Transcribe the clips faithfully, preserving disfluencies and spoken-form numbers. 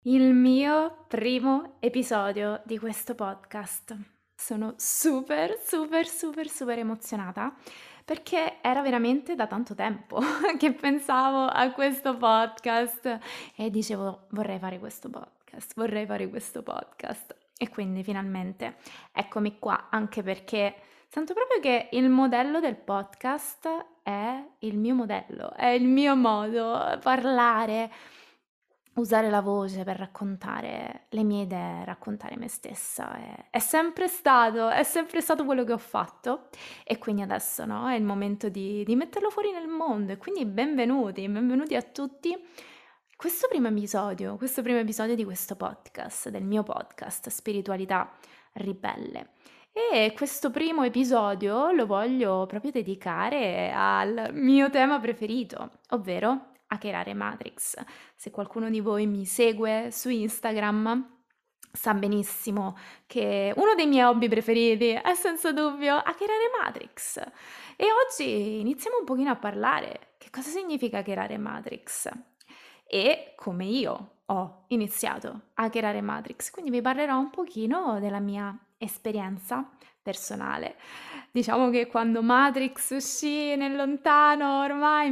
Il mio primo episodio di questo podcast. Sono super, super, super, super emozionata perché era veramente da tanto tempo che pensavo a questo podcast e dicevo vorrei fare questo podcast, vorrei fare questo podcast. E quindi finalmente eccomi qua, anche perché sento proprio che il modello del podcast è il mio modello, è il mio modo, parlare, usare la voce per raccontare le mie idee, raccontare me stessa. È, è sempre stato, è sempre stato quello che ho fatto e quindi adesso no, è il momento di, di metterlo fuori nel mondo e quindi benvenuti, benvenuti a tutti. Questo primo episodio, questo primo episodio di questo podcast, del mio podcast Spiritualità Ribelle. E questo primo episodio lo voglio proprio dedicare al mio tema preferito, ovvero hackerare Matrix. Se qualcuno di voi mi segue su Instagram sa benissimo che uno dei miei hobby preferiti è senza dubbio hackerare Matrix. E oggi iniziamo un pochino a parlare. Che cosa significa hackerare Matrix? E come io ho iniziato a hackerare Matrix. Quindi vi parlerò un pochino della mia esperienza personale. Diciamo che quando Matrix uscì nel lontano ormai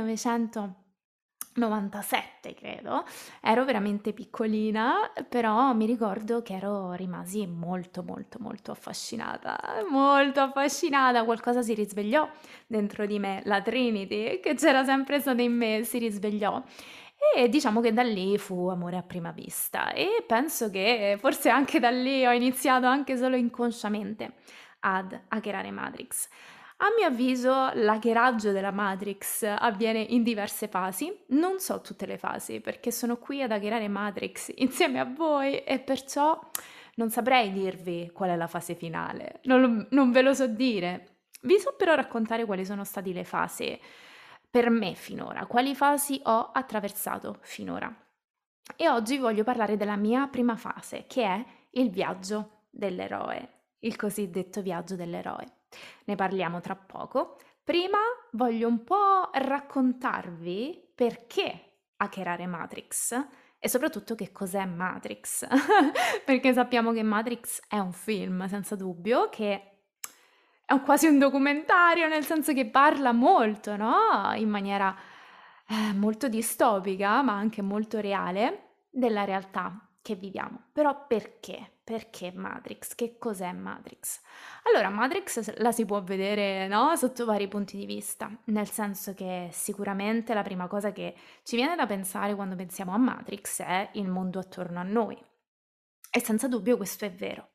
millenovecentonovantasette, credo, ero veramente piccolina, però mi ricordo che ero rimasi molto molto molto affascinata, molto affascinata, qualcosa si risvegliò dentro di me, la Trinity che c'era sempre stata in me si risvegliò e diciamo che da lì fu amore a prima vista e penso che forse anche da lì ho iniziato anche solo inconsciamente ad hackerare Matrix. A mio avviso l'hackeraggio della Matrix avviene in diverse fasi, non so tutte le fasi perché sono qui ad hackerare Matrix insieme a voi e perciò non saprei dirvi qual è la fase finale, non, lo- non ve lo so dire. Vi so però raccontare quali sono state le fasi per me finora, quali fasi ho attraversato finora. E oggi voglio parlare della mia prima fase, che è il viaggio dell'eroe, il cosiddetto viaggio dell'eroe. Ne parliamo tra poco. Prima voglio un po' raccontarvi perché hackerare Matrix e soprattutto che cos'è Matrix, perché sappiamo che Matrix è un film, senza dubbio, che è un quasi un documentario, nel senso che parla molto, no, in maniera, ehm, molto distopica, ma anche molto reale, della realtà che viviamo. Però perché? Perché Matrix? Che cos'è Matrix? Allora, Matrix s la si può vedere, no, sotto vari punti di vista, nel senso che sicuramente la prima cosa che ci viene da pensare quando pensiamo a Matrix è il mondo attorno a noi. E senza dubbio questo è vero.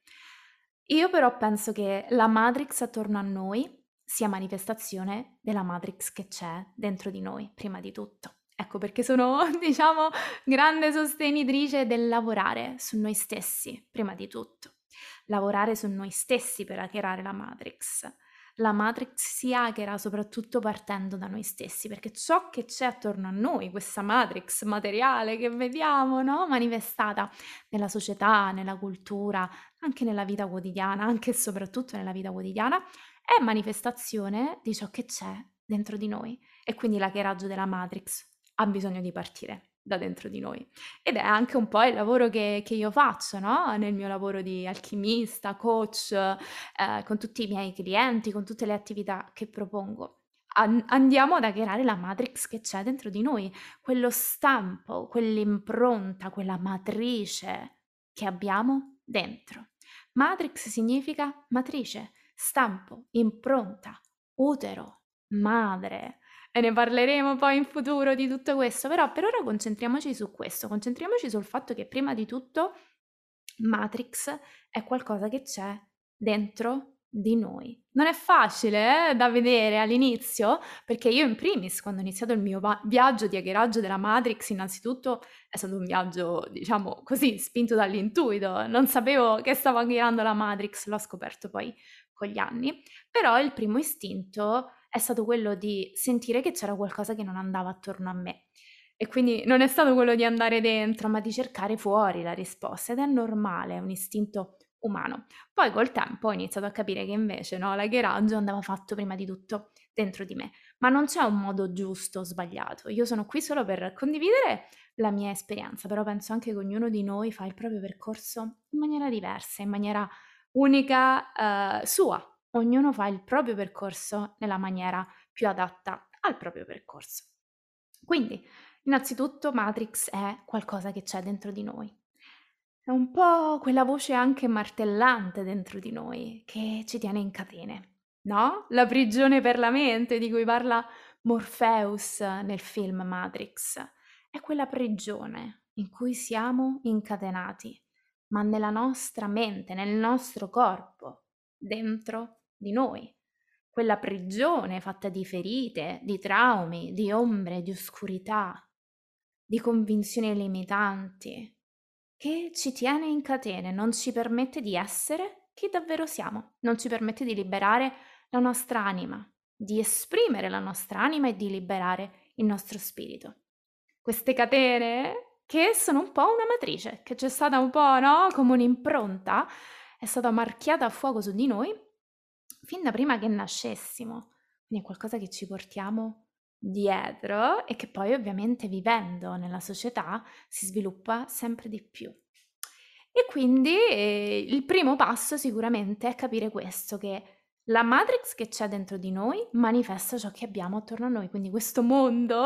Io però penso che la Matrix attorno a noi sia manifestazione della Matrix che c'è dentro di noi, prima di tutto. Ecco perché sono, diciamo, grande sostenitrice del lavorare su noi stessi, prima di tutto. Lavorare su noi stessi per hackerare la Matrix. La Matrix si hackera soprattutto partendo da noi stessi, perché ciò che c'è attorno a noi, questa Matrix materiale che vediamo, no? Manifestata nella società, nella cultura, anche nella vita quotidiana, anche e soprattutto nella vita quotidiana, è manifestazione di ciò che c'è dentro di noi. E quindi l'hackeraggio della Matrix ha bisogno di partire da dentro di noi. Ed è anche un po' il lavoro che, che io faccio, no? Nel mio lavoro di alchimista, coach, eh, con tutti i miei clienti, con tutte le attività che propongo. An- andiamo ad hackerare la matrix che c'è dentro di noi, quello stampo, quell'impronta, quella matrice che abbiamo dentro. Matrix significa matrice, stampo, impronta, utero, madre. E ne parleremo poi in futuro di tutto questo, però per ora concentriamoci su questo, concentriamoci sul fatto che prima di tutto Matrix è qualcosa che c'è dentro di noi. Non è facile, eh, da vedere all'inizio, perché io in primis, quando ho iniziato il mio va- viaggio di hackeraggio della Matrix, innanzitutto è stato un viaggio, diciamo così, spinto dall'intuito. Non sapevo che stavo hackerando la Matrix, l'ho scoperto poi con gli anni, però il primo istinto è stato quello di sentire che c'era qualcosa che non andava attorno a me. E quindi non è stato quello di andare dentro, ma di cercare fuori la risposta ed è normale, è un istinto umano. Poi col tempo ho iniziato a capire che invece no, l'hackeraggio andava fatto prima di tutto dentro di me. ma non c'è un modo giusto o sbagliato. Io sono qui solo per condividere la mia esperienza, però penso anche che ognuno di noi fa il proprio percorso in maniera diversa, in maniera unica, eh, sua. Ognuno fa il proprio percorso nella maniera più adatta al proprio percorso. Quindi, innanzitutto, Matrix è qualcosa che c'è dentro di noi. È un po' quella voce anche martellante dentro di noi che ci tiene in catene, no? La prigione per la mente di cui parla Morpheus nel film Matrix. È quella prigione in cui siamo incatenati, ma nella nostra mente, nel nostro corpo, dentro di noi. Quella prigione fatta di ferite, di traumi, di ombre, di oscurità, di convinzioni limitanti, che ci tiene in catene, non ci permette di essere chi davvero siamo, non ci permette di liberare la nostra anima, di esprimere la nostra anima e di liberare il nostro spirito. Queste catene che sono un po' una matrice, che c'è stata un po', no? Come un'impronta, è stata marchiata a fuoco su di noi fin da prima che nascessimo. Quindi è qualcosa che ci portiamo dietro e che poi ovviamente vivendo nella società si sviluppa sempre di più. E quindi eh, il primo passo sicuramente è capire questo, che la matrix che c'è dentro di noi manifesta ciò che abbiamo attorno a noi, quindi questo mondo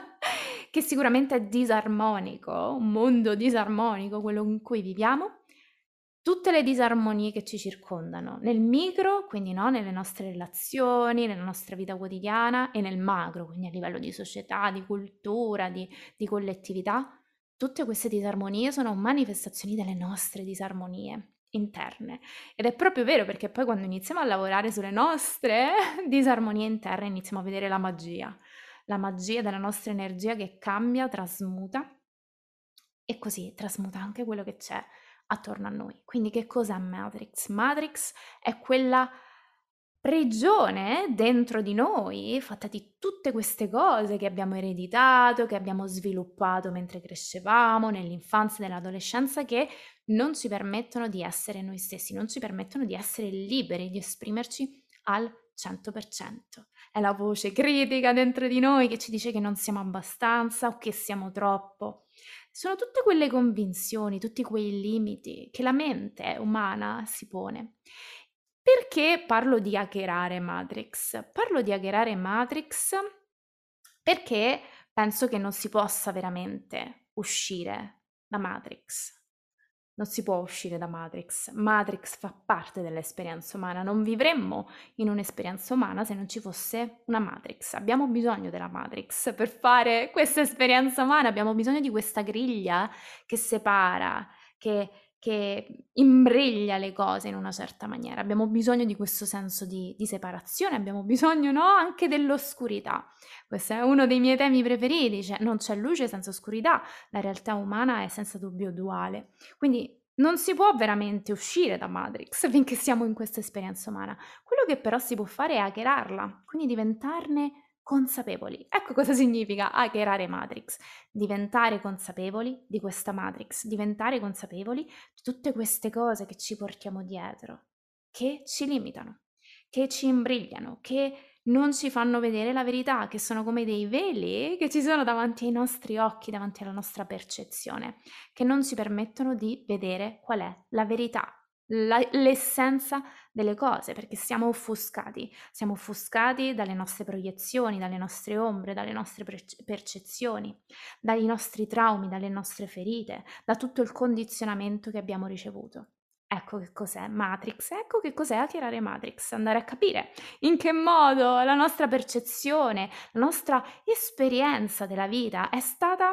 che sicuramente è disarmonico, un mondo disarmonico, quello in cui viviamo, tutte le disarmonie che ci circondano, nel micro, quindi no, nelle nostre relazioni, nella nostra vita quotidiana, e nel macro, quindi a livello di società, di cultura, di, di collettività, tutte queste disarmonie sono manifestazioni delle nostre disarmonie interne. Ed è proprio vero, perché poi quando iniziamo a lavorare sulle nostre disarmonie interne iniziamo a vedere la magia, la magia della nostra energia che cambia, trasmuta e così trasmuta anche quello che c'è attorno a noi. Quindi che cos'è Matrix? Matrix è quella prigione dentro di noi, fatta di tutte queste cose che abbiamo ereditato, che abbiamo sviluppato mentre crescevamo, nell'infanzia e nell'adolescenza, che non ci permettono di essere noi stessi, non ci permettono di essere liberi, di esprimerci al cento per cento. È la voce critica dentro di noi che ci dice che non siamo abbastanza o che siamo troppo. Sono tutte quelle convinzioni, tutti quei limiti che la mente umana si pone. Perché parlo di hackerare Matrix? Parlo di hackerare Matrix perché penso che non si possa veramente uscire da Matrix. Non si può uscire da Matrix. Matrix fa parte dell'esperienza umana. Non vivremmo in un'esperienza umana se non ci fosse una Matrix. Abbiamo bisogno della Matrix per fare questa esperienza umana. Abbiamo bisogno di questa griglia che separa, che, che imbriglia le cose in una certa maniera. Abbiamo bisogno di questo senso di, di separazione. Abbiamo bisogno, no, anche dell'oscurità. Questo è uno dei miei temi preferiti. Cioè, non c'è luce senza oscurità. La realtà umana è senza dubbio duale. Quindi non si può veramente uscire da Matrix finché siamo in questa esperienza umana. Quello che però si può fare è hackerarla, quindi diventarne consapevoli. Ecco cosa significa hackerare Matrix: diventare consapevoli di questa Matrix, diventare consapevoli di tutte queste cose che ci portiamo dietro, che ci limitano, che ci imbrigliano, che non ci fanno vedere la verità, che sono come dei veli che ci sono davanti ai nostri occhi, davanti alla nostra percezione, che non ci permettono di vedere qual è la verità, la, l'essenza delle cose, perché siamo offuscati, siamo offuscati dalle nostre proiezioni, dalle nostre ombre, dalle nostre perce- percezioni, dai nostri traumi, dalle nostre ferite, da tutto il condizionamento che abbiamo ricevuto. Ecco che cos'è Matrix, ecco che cos'è hackerare Matrix, andare a capire in che modo la nostra percezione, la nostra esperienza della vita è stata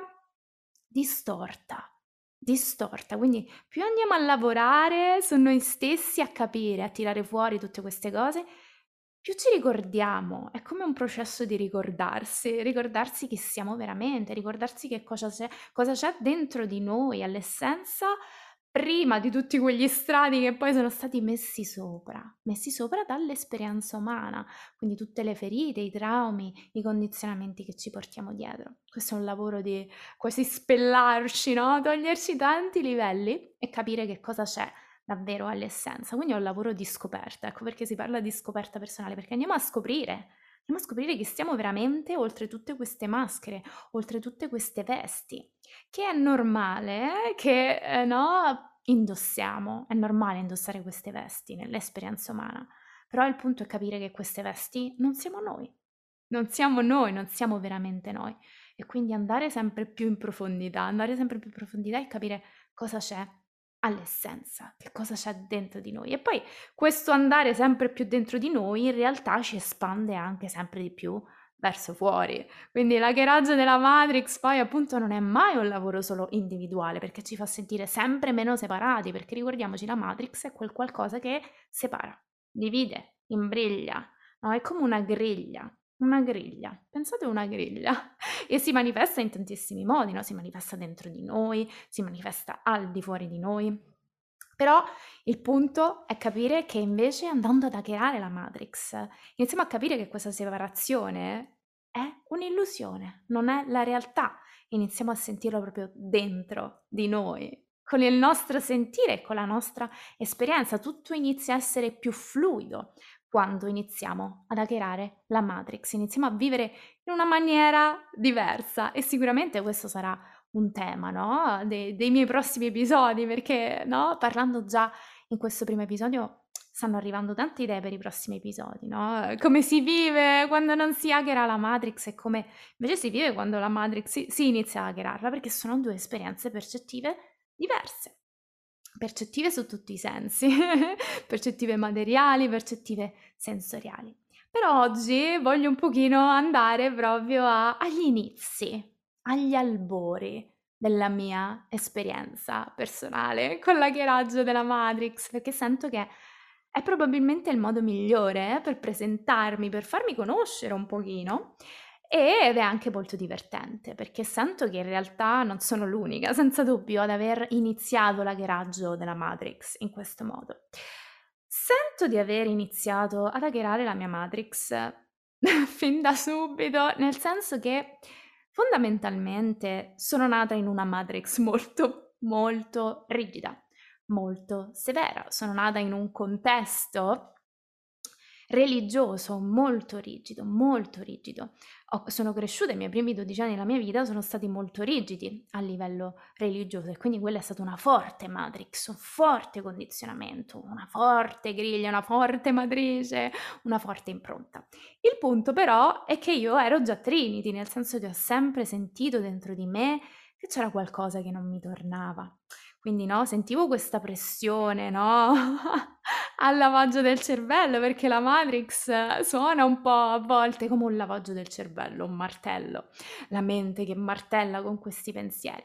distorta, distorta. Quindi più andiamo a lavorare su noi stessi, a capire, a tirare fuori tutte queste cose, più ci ricordiamo. È come un processo di ricordarsi, ricordarsi chi siamo veramente, ricordarsi che cosa c'è, cosa c'è dentro di noi, all'essenza, prima di tutti quegli strati che poi sono stati messi sopra, messi sopra dall'esperienza umana, quindi tutte le ferite, i traumi, i condizionamenti che ci portiamo dietro. Questo è un lavoro di quasi spellarci, no? Toglierci tanti livelli e capire che cosa c'è davvero all'essenza. Quindi è un lavoro di scoperta, ecco perché si parla di scoperta personale, perché andiamo a scoprire Andiamo a scoprire chi siamo veramente oltre tutte queste maschere, oltre tutte queste vesti, che è normale che, ehm, no, indossiamo. È normale indossare queste vesti nell'esperienza umana, però il punto è capire che queste vesti non siamo noi. Non siamo noi, non siamo veramente noi. E quindi andare sempre più in profondità, andare sempre più in profondità e capire cosa c'è all'essenza, che cosa c'è dentro di noi. E poi questo andare sempre più dentro di noi in realtà ci espande anche sempre di più verso fuori. Quindi l'hackeraggio della Matrix poi appunto non è mai un lavoro solo individuale, perché ci fa sentire sempre meno separati, perché ricordiamoci la Matrix è quel qualcosa che separa, divide, imbriglia, no? È come una griglia, una griglia. Pensate a una griglia e si manifesta in tantissimi modi, no? Si manifesta dentro di noi, si manifesta al di fuori di noi. Però il punto è capire che invece andando ad hackerare la Matrix, iniziamo a capire che questa separazione è un'illusione, non è la realtà. Iniziamo a sentirlo proprio dentro di noi, con il nostro sentire e con la nostra esperienza. Tutto inizia a essere più fluido quando iniziamo ad hackerare la Matrix, iniziamo a vivere in una maniera diversa e sicuramente questo sarà un tema, no, de dei miei prossimi episodi perché, no, parlando già in questo primo episodio stanno arrivando tante idee per i prossimi episodi, no, come si vive quando non si hackera la Matrix e come invece si vive quando la Matrix si si inizia a hackerarla, perché sono due esperienze percettive diverse. Percettive su tutti i sensi, percettive materiali, percettive sensoriali. Però oggi voglio un pochino andare proprio a agli inizi, agli albori della mia esperienza personale con l'hackeraggio della Matrix, perché sento che è probabilmente il modo migliore per presentarmi, per farmi conoscere un pochino ed è anche molto divertente, perché sento che in realtà non sono l'unica, senza dubbio, ad aver iniziato l'hackeraggio della Matrix in questo modo. Sento di aver iniziato ad hackerare la mia Matrix fin da subito, nel senso che fondamentalmente sono nata in una Matrix molto, molto rigida, molto severa. Sono nata in un contesto religioso molto rigido, molto rigido. Ho sono cresciuta, i miei primi dodici anni della mia vita sono stati molto rigidi a livello religioso e quindi quella è stata una forte matrix, un forte condizionamento, una forte griglia, una forte matrice, una forte impronta. Il punto però è che io ero già Trinity, nel senso che ho sempre sentito dentro di me che c'era qualcosa che non mi tornava. Quindi, no, sentivo questa pressione, no, al lavaggio del cervello, perché la Matrix eh, suona un po' a volte come un lavaggio del cervello, un martello, la mente che martella con questi pensieri.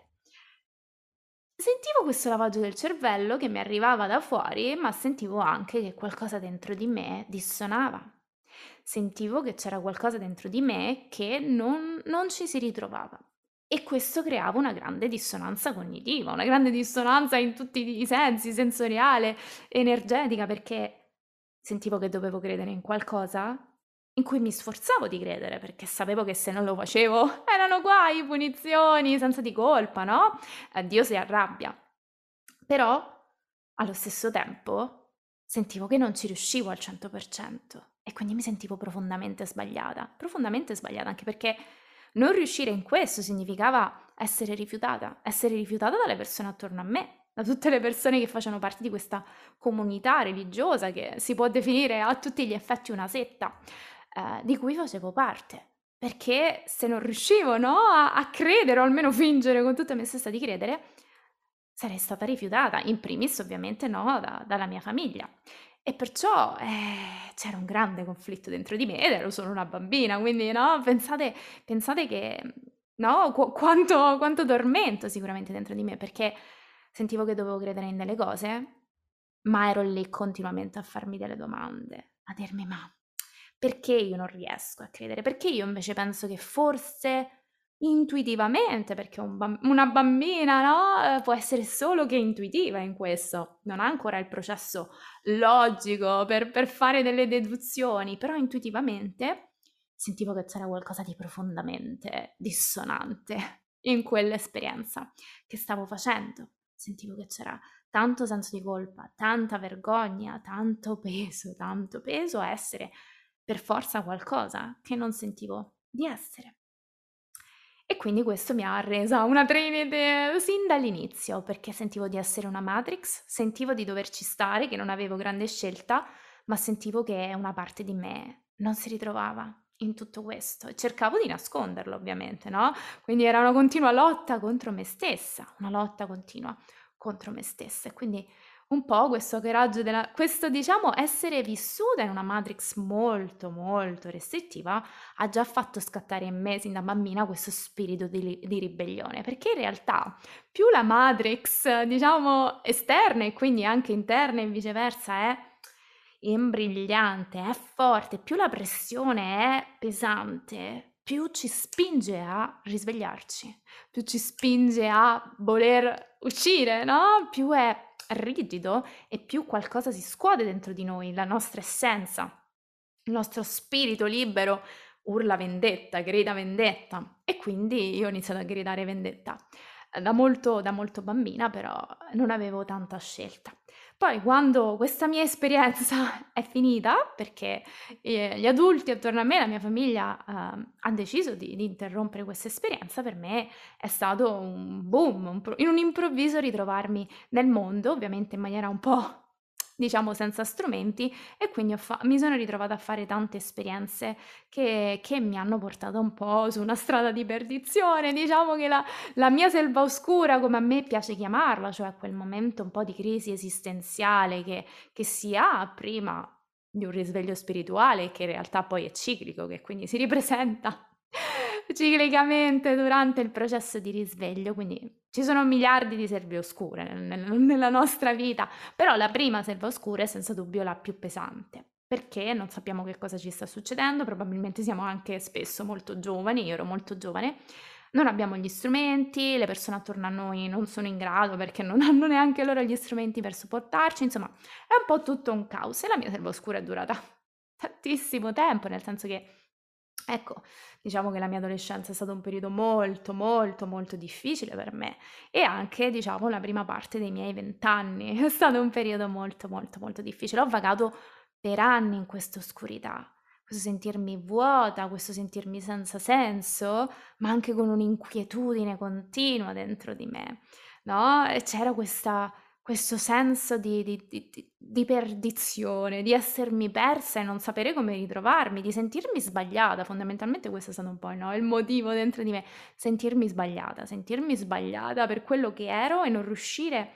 Sentivo questo lavaggio del cervello che mi arrivava da fuori, ma sentivo anche che qualcosa dentro di me dissonava. Sentivo che c'era qualcosa dentro di me che non, non ci si ritrovava. E questo creava una grande dissonanza cognitiva, una grande dissonanza in tutti i sensi, sensoriale, energetica, perché sentivo che dovevo credere in qualcosa in cui mi sforzavo di credere, perché sapevo che se non lo facevo erano guai, punizioni, senso di colpa, no? Eh, Dio si arrabbia. Però allo stesso tempo sentivo che non ci riuscivo al cento per cento e quindi mi sentivo profondamente sbagliata, profondamente sbagliata anche perché non riuscire in questo significava essere rifiutata, essere rifiutata dalle persone attorno a me, da tutte le persone che facevano parte di questa comunità religiosa che si può definire a tutti gli effetti una setta, eh, di cui facevo parte. Perché se non riuscivo, no, a, a credere o almeno fingere con tutta me stessa di credere, sarei stata rifiutata, in primis ovviamente no, da dalla mia famiglia. E perciò, ehm, c'era un grande conflitto dentro di me ed ero solo una bambina, quindi no, pensate pensate che, mhmm, no, qu quanto quanto tormento sicuramente dentro di me, perché sentivo che dovevo credere in delle cose, ma ero lì continuamente a farmi delle domande, a dirmi: "Ma perché io non riesco a credere? Perché io invece penso che forse intuitivamente, perché un bam una bambina, no, ehm, può essere solo che intuitiva in questo, non ha ancora il processo logico per per fare delle deduzioni, però intuitivamente sentivo che c'era qualcosa di profondamente dissonante in quell'esperienza che stavo facendo. Sentivo che c'era tanto senso di colpa, tanta vergogna, tanto peso, tanto peso a essere per forza qualcosa che non sentivo di essere. E quindi questo mi ha resa una Trinity sin dall'inizio, perché sentivo di essere una Matrix, sentivo di doverci stare, che non avevo grande scelta, ma sentivo che una parte di me non si ritrovava in tutto questo e cercavo di nasconderlo ovviamente, no, quindi era una continua lotta contro me stessa, una lotta continua contro me stessa e quindi un po' questo coraggio della questo diciamo essere vissuta in una matrix molto, molto restrittiva, ha già fatto scattare in me sin da bambina questo spirito di li di ribellione, perché in realtà più la matrix diciamo esterna e quindi anche interna e viceversa è imbrigliante, è forte, più la pressione è pesante, più ci spinge a risvegliarci, più ci spinge a voler uscire, no, più è rigido e più qualcosa si scuote dentro di noi, la nostra essenza, il nostro spirito libero urla vendetta, grida vendetta e quindi io ho iniziato a gridare vendetta. Ehm, da molto da molto bambina, però non avevo tanta scelta. Poi quando questa mia esperienza è finita, perché, ehm, gli adulti attorno a me, la mia famiglia, uhm, ha deciso di di interrompere questa esperienza, per me è stato un boom, un pro in un improvviso ritrovarmi nel mondo, ovviamente in maniera un po' diciamo senza strumenti, e quindi ho fa mi sono ritrovata a fare tante esperienze che che mi hanno portato un po' su una strada di perdizione. Diciamo che la la mia selva oscura, come a me piace chiamarla, cioè quel momento un po' di crisi esistenziale che che si ha prima di un risveglio spirituale, che in realtà poi è ciclico, che quindi si ripresenta ciclicamente durante il processo di risveglio, quindi ci sono miliardi di selve oscure nel nel nella nostra vita, però la prima selva oscura è senza dubbio la più pesante, perché non sappiamo che cosa ci sta succedendo, probabilmente siamo anche spesso molto giovani, io ero molto giovane, non abbiamo gli strumenti, le persone attorno a noi non sono in grado perché non hanno neanche loro gli strumenti per supportarci, insomma è un po' tutto un caos e la mia selva oscura è durata tantissimo tempo, nel senso che ecco, diciamo che la mia adolescenza è stato un periodo molto, molto, molto difficile per me e anche, diciamo, la prima parte dei miei venti anni è stato un periodo molto, molto, molto difficile. Ho vagato per anni in questa oscurità, questo sentirmi vuota, questo sentirmi senza senso, ma anche con un'inquietudine continua dentro di me, no, e c'era questa questo senso di di di di di perdizione, di essermi persa e non sapere come ritrovarmi, di sentirmi sbagliata. Fondamentalmente questo è stato un po', no, il motivo dentro di me, sentirmi sbagliata, sentirmi sbagliata per quello che ero e non riuscire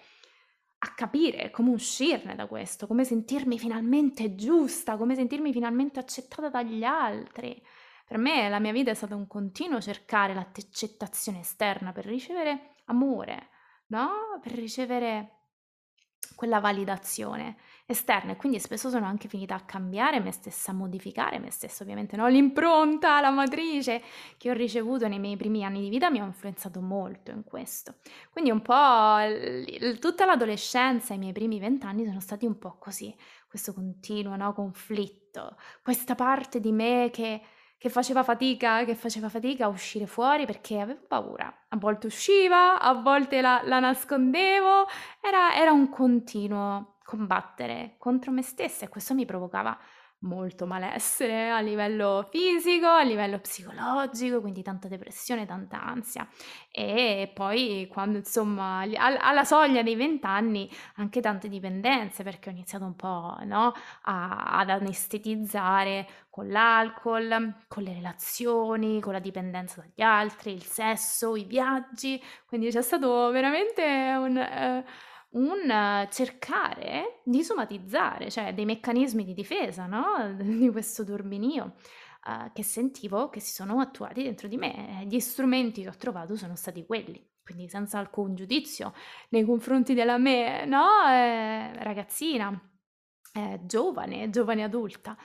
a capire come uscirne da questo, come sentirmi finalmente giusta, come sentirmi finalmente accettata dagli altri. Per me la mia vita è stata un continuo cercare l'accettazione esterna per ricevere amore, no, per ricevere quella validazione esterna e quindi spesso sono anche finita a cambiare me stessa, a modificare me stessa ovviamente, no, l'impronta, la matrice che ho ricevuto nei miei primi anni di vita mi ha influenzato molto in questo. Quindi un po' l il tutta l'adolescenza, i miei primi venti anni sono stati un po' così, questo continuo, no, conflitto, questa parte di me che che faceva fatica che faceva fatica a uscire fuori perché avevo paura. A volte usciva, a volte la la nascondevo, era era un continuo combattere contro me stessa e questo mi provocava molto malessere a livello fisico, a livello psicologico, quindi tanta depressione, tanta ansia. E poi quando insomma li al alla soglia dei venti anni anche tante dipendenze, perché ho iniziato un po', no, a ad anestetizzare con l'alcol, con le relazioni, con la dipendenza dagli altri, il sesso, i viaggi, quindi c'è stato veramente un ehm, un eh, cercare di somatizzare, cioè dei meccanismi di difesa, no, di questo turbinio, uhm, che sentivo che si sono attuati dentro di me e gli strumenti che ho trovato sono stati quelli. Quindi senza alcun giudizio nei confronti della me, no, ehm, ragazzina, ehm, giovane, giovane adulta.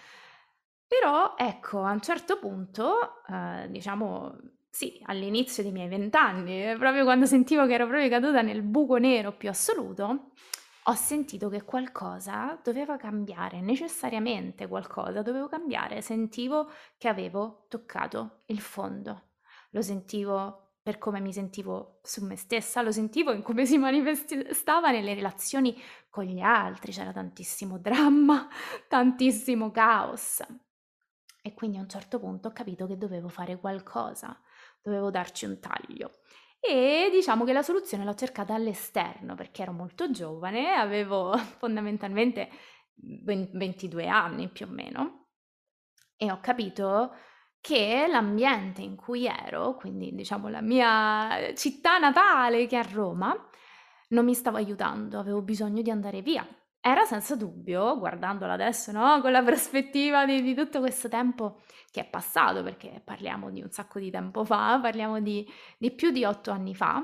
Però ecco, a un certo punto, uhm, diciamo sì, all'inizio dei miei venti anni, ehm, proprio quando sentivo che ero proprio caduta nel buco nero più assoluto, ho sentito che qualcosa doveva cambiare, necessariamente qualcosa dovevo cambiare. Sentivo che avevo toccato il fondo. Lo sentivo per come mi sentivo su me stessa, lo sentivo in come si manifesti stava nelle relazioni con gli altri, c'era tantissimo dramma, tantissimo caos. E quindi a un certo punto ho capito che dovevo fare qualcosa, dovevo darci un taglio. E diciamo che la soluzione l'ho cercata all'esterno perché ero molto giovane, avevo fondamentalmente ven- ventidue anni più o meno, e ho capito che l'ambiente in cui ero, quindi diciamo la mia città natale che è Roma, non mi stava aiutando, avevo bisogno di andare via. Era senza dubbio, guardandola adesso, no, con la prospettiva di, di tutto questo tempo che è passato, perché parliamo di un sacco di tempo fa, parliamo di, di più di otto anni fa,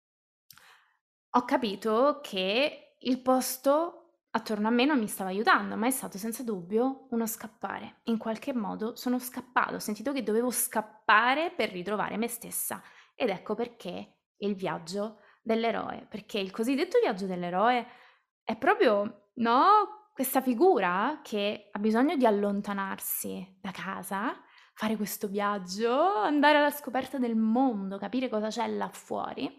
ho capito che il posto attorno a me non mi stava aiutando, ma è stato senza dubbio uno scappare. In qualche modo sono scappato, ho sentito che dovevo scappare per ritrovare me stessa. Ed ecco perché il viaggio dell'eroe, perché il cosiddetto viaggio dell'eroe è proprio, no, questa figura che ha bisogno di allontanarsi da casa, fare questo viaggio, andare alla scoperta del mondo, capire cosa c'è là fuori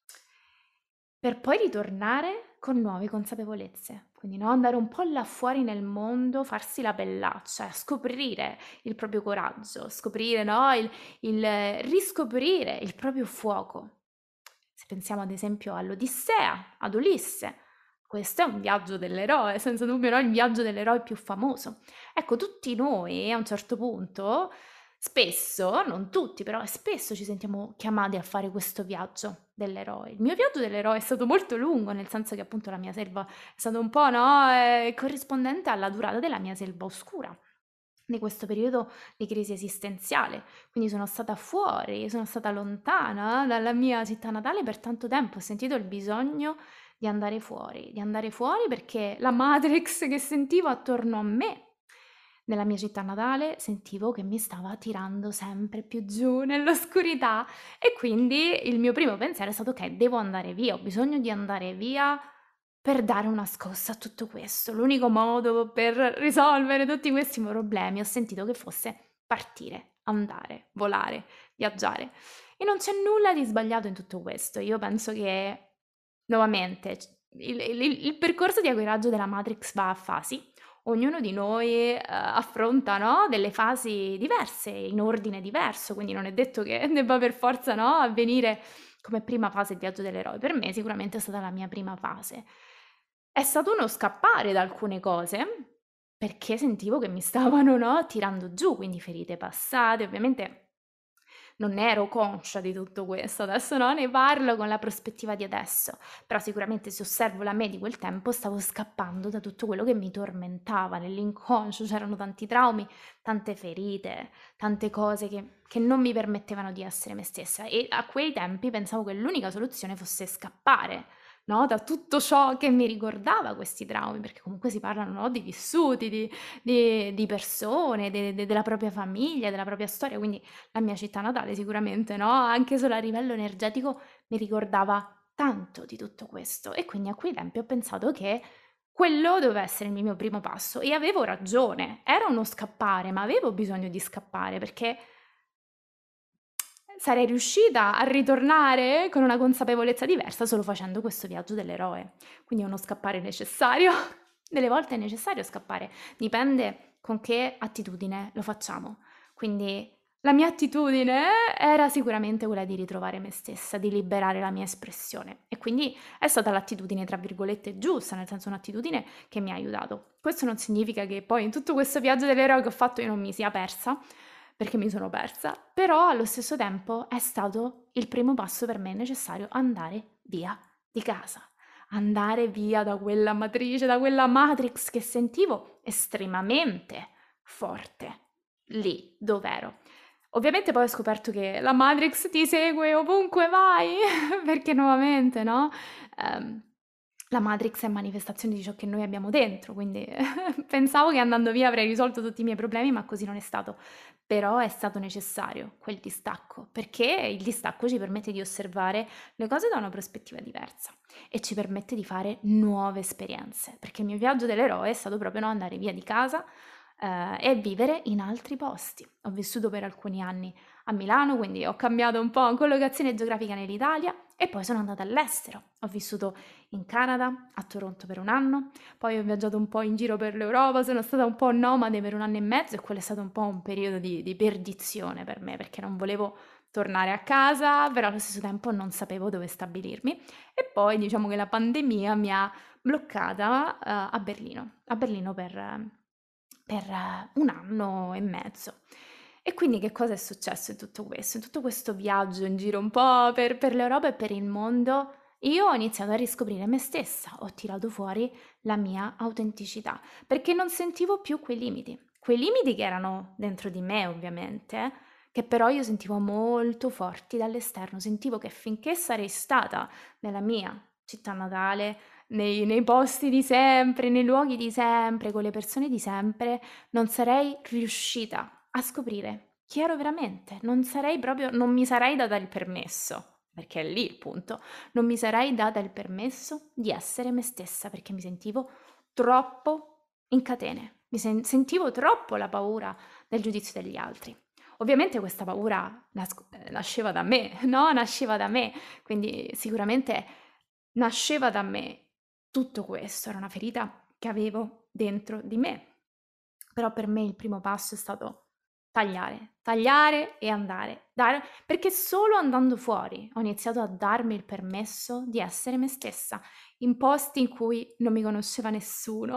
per poi ritornare con nuove consapevolezze. Quindi no, andare un po' là fuori nel mondo, farsi la bellaccia, scoprire il proprio coraggio, scoprire, no, il, il riscoprire il proprio fuoco. Se pensiamo ad esempio all'Odissea, ad Ulisse, questo è un viaggio dell'eroe, senza dubbio no, il viaggio dell'eroe più famoso. Ecco, tutti noi a un certo punto, spesso, non tutti, però spesso ci sentiamo chiamati a fare questo viaggio dell'eroe. Il mio viaggio dell'eroe è stato molto lungo, nel senso che appunto la mia selva è stata un po', no, eh, corrispondente alla durata della mia selva oscura, di questo periodo di crisi esistenziale. Quindi sono stata fuori, sono stata lontana dalla mia città natale per tanto tempo, ho sentito il bisogno di andare fuori, di andare fuori perché la Matrix che sentivo attorno a me, nella mia città natale, sentivo che mi stava tirando sempre più giù nell'oscurità e quindi il mio primo pensiero è stato: ok, devo andare via, ho bisogno di andare via per dare una scossa a tutto questo. L'unico modo per risolvere tutti questi problemi ho sentito che fosse partire, andare, volare, viaggiare. E non c'è nulla di sbagliato in tutto questo. Io penso che, nuovamente, il, il- il percorso di atterraggio della Matrix va a fasi. Ognuno di noi eh, affronta, no, delle fasi diverse, in ordine diverso, quindi non è detto che debba per forza, no, avvenire come prima fase il viaggio dell'eroe. Per me sicuramente è stata la mia prima fase. È stato uno scappare da alcune cose, perché sentivo che mi stavano, no, tirando giù, quindi ferite passate. Ovviamente non ne ero conscia di tutto questo, adesso no, ne parlo con la prospettiva di adesso, però sicuramente se osservo la me di quel tempo stavo scappando da tutto quello che mi tormentava nell'inconscio, c'erano tanti traumi, tante ferite, tante cose che, che non mi permettevano di essere me stessa e a quei tempi pensavo che l'unica soluzione fosse scappare, no, da tutto ciò che mi ricordava questi traumi, perché comunque si parlano, no, di vissuti, di, di- di persone, de- de- della propria famiglia, della propria storia, quindi la mia città natale sicuramente, no, anche solo a livello energetico mi ricordava tanto di tutto questo e quindi a quei tempi ho pensato che quello doveva essere il mio primo passo e avevo ragione, era uno scappare, ma avevo bisogno di scappare perché sarei riuscita a ritornare con una consapevolezza diversa solo facendo questo viaggio dell'eroe. Quindi è uno scappare necessario. Delle volte è necessario scappare, dipende con che attitudine lo facciamo. Quindi la mia attitudine era sicuramente quella di ritrovare me stessa, di liberare la mia espressione. E quindi è stata l'attitudine, tra virgolette, giusta, nel senso un'attitudine che mi ha aiutato. Questo non significa che poi in tutto questo viaggio dell'eroe che ho fatto io non mi sia persa, perché mi sono persa, però allo stesso tempo è stato il primo passo per me necessario andare via di casa, andare via da quella matrice, da quella matrix che sentivo estremamente forte lì dove ero. Ovviamente poi ho scoperto che la Matrix ti segue ovunque vai, perché nuovamente, no? Ehm, la Matrix è manifestazione di ciò che noi abbiamo dentro, quindi pensavo che andando via avrei risolto tutti i miei problemi, ma così non è stato. Però è stato necessario quel distacco, perché il distacco ci permette di osservare le cose da una prospettiva diversa e ci permette di fare nuove esperienze, perché il mio viaggio dell'eroe è stato proprio no, andare via di casa, ehm, e vivere in altri posti. Ho vissuto per alcuni anni a Milano, quindi ho cambiato un po' collocazione geografica nell'Italia e poi sono andata all'estero. Ho vissuto in Canada, a Toronto per un anno, poi ho viaggiato un po' in giro per l'Europa, sono stata un po' nomade per un anno e mezzo e quello è stato un po' un periodo di di perdizione per me, perché non volevo tornare a casa, però allo stesso tempo non sapevo dove stabilirmi. E poi diciamo che la pandemia mi ha bloccata, uhm, a Berlino, a Berlino per per un anno e mezzo. E quindi che cosa è successo in tutto questo? In tutto questo viaggio in giro un po' per per l'Europa e per il mondo, io ho iniziato a riscoprire me stessa, ho tirato fuori la mia autenticità, perché non sentivo più quei limiti. Quei limiti che erano dentro di me ovviamente, che però io sentivo molto forti dall'esterno. Sentivo che finché sarei stata nella mia città natale, nei nei posti di sempre, nei luoghi di sempre, con le persone di sempre, non sarei riuscita a scoprire chi ero veramente. Non sarei proprio non mi sarei data il permesso, perché è lì il punto, non mi sarei data il permesso di essere me stessa, perché mi sentivo troppo in catene. Mi sen sentivo troppo la paura del giudizio degli altri. Ovviamente questa paura nasc ehm, nasceva da me, no, nasceva da me, quindi sicuramente nasceva da me tutto questo, era una ferita che avevo dentro di me. Però per me il primo passo è stato tagliare, tagliare e andare, dare perché solo andando fuori ho iniziato a darmi il permesso di essere me stessa, in posti in cui non mi conosceva nessuno,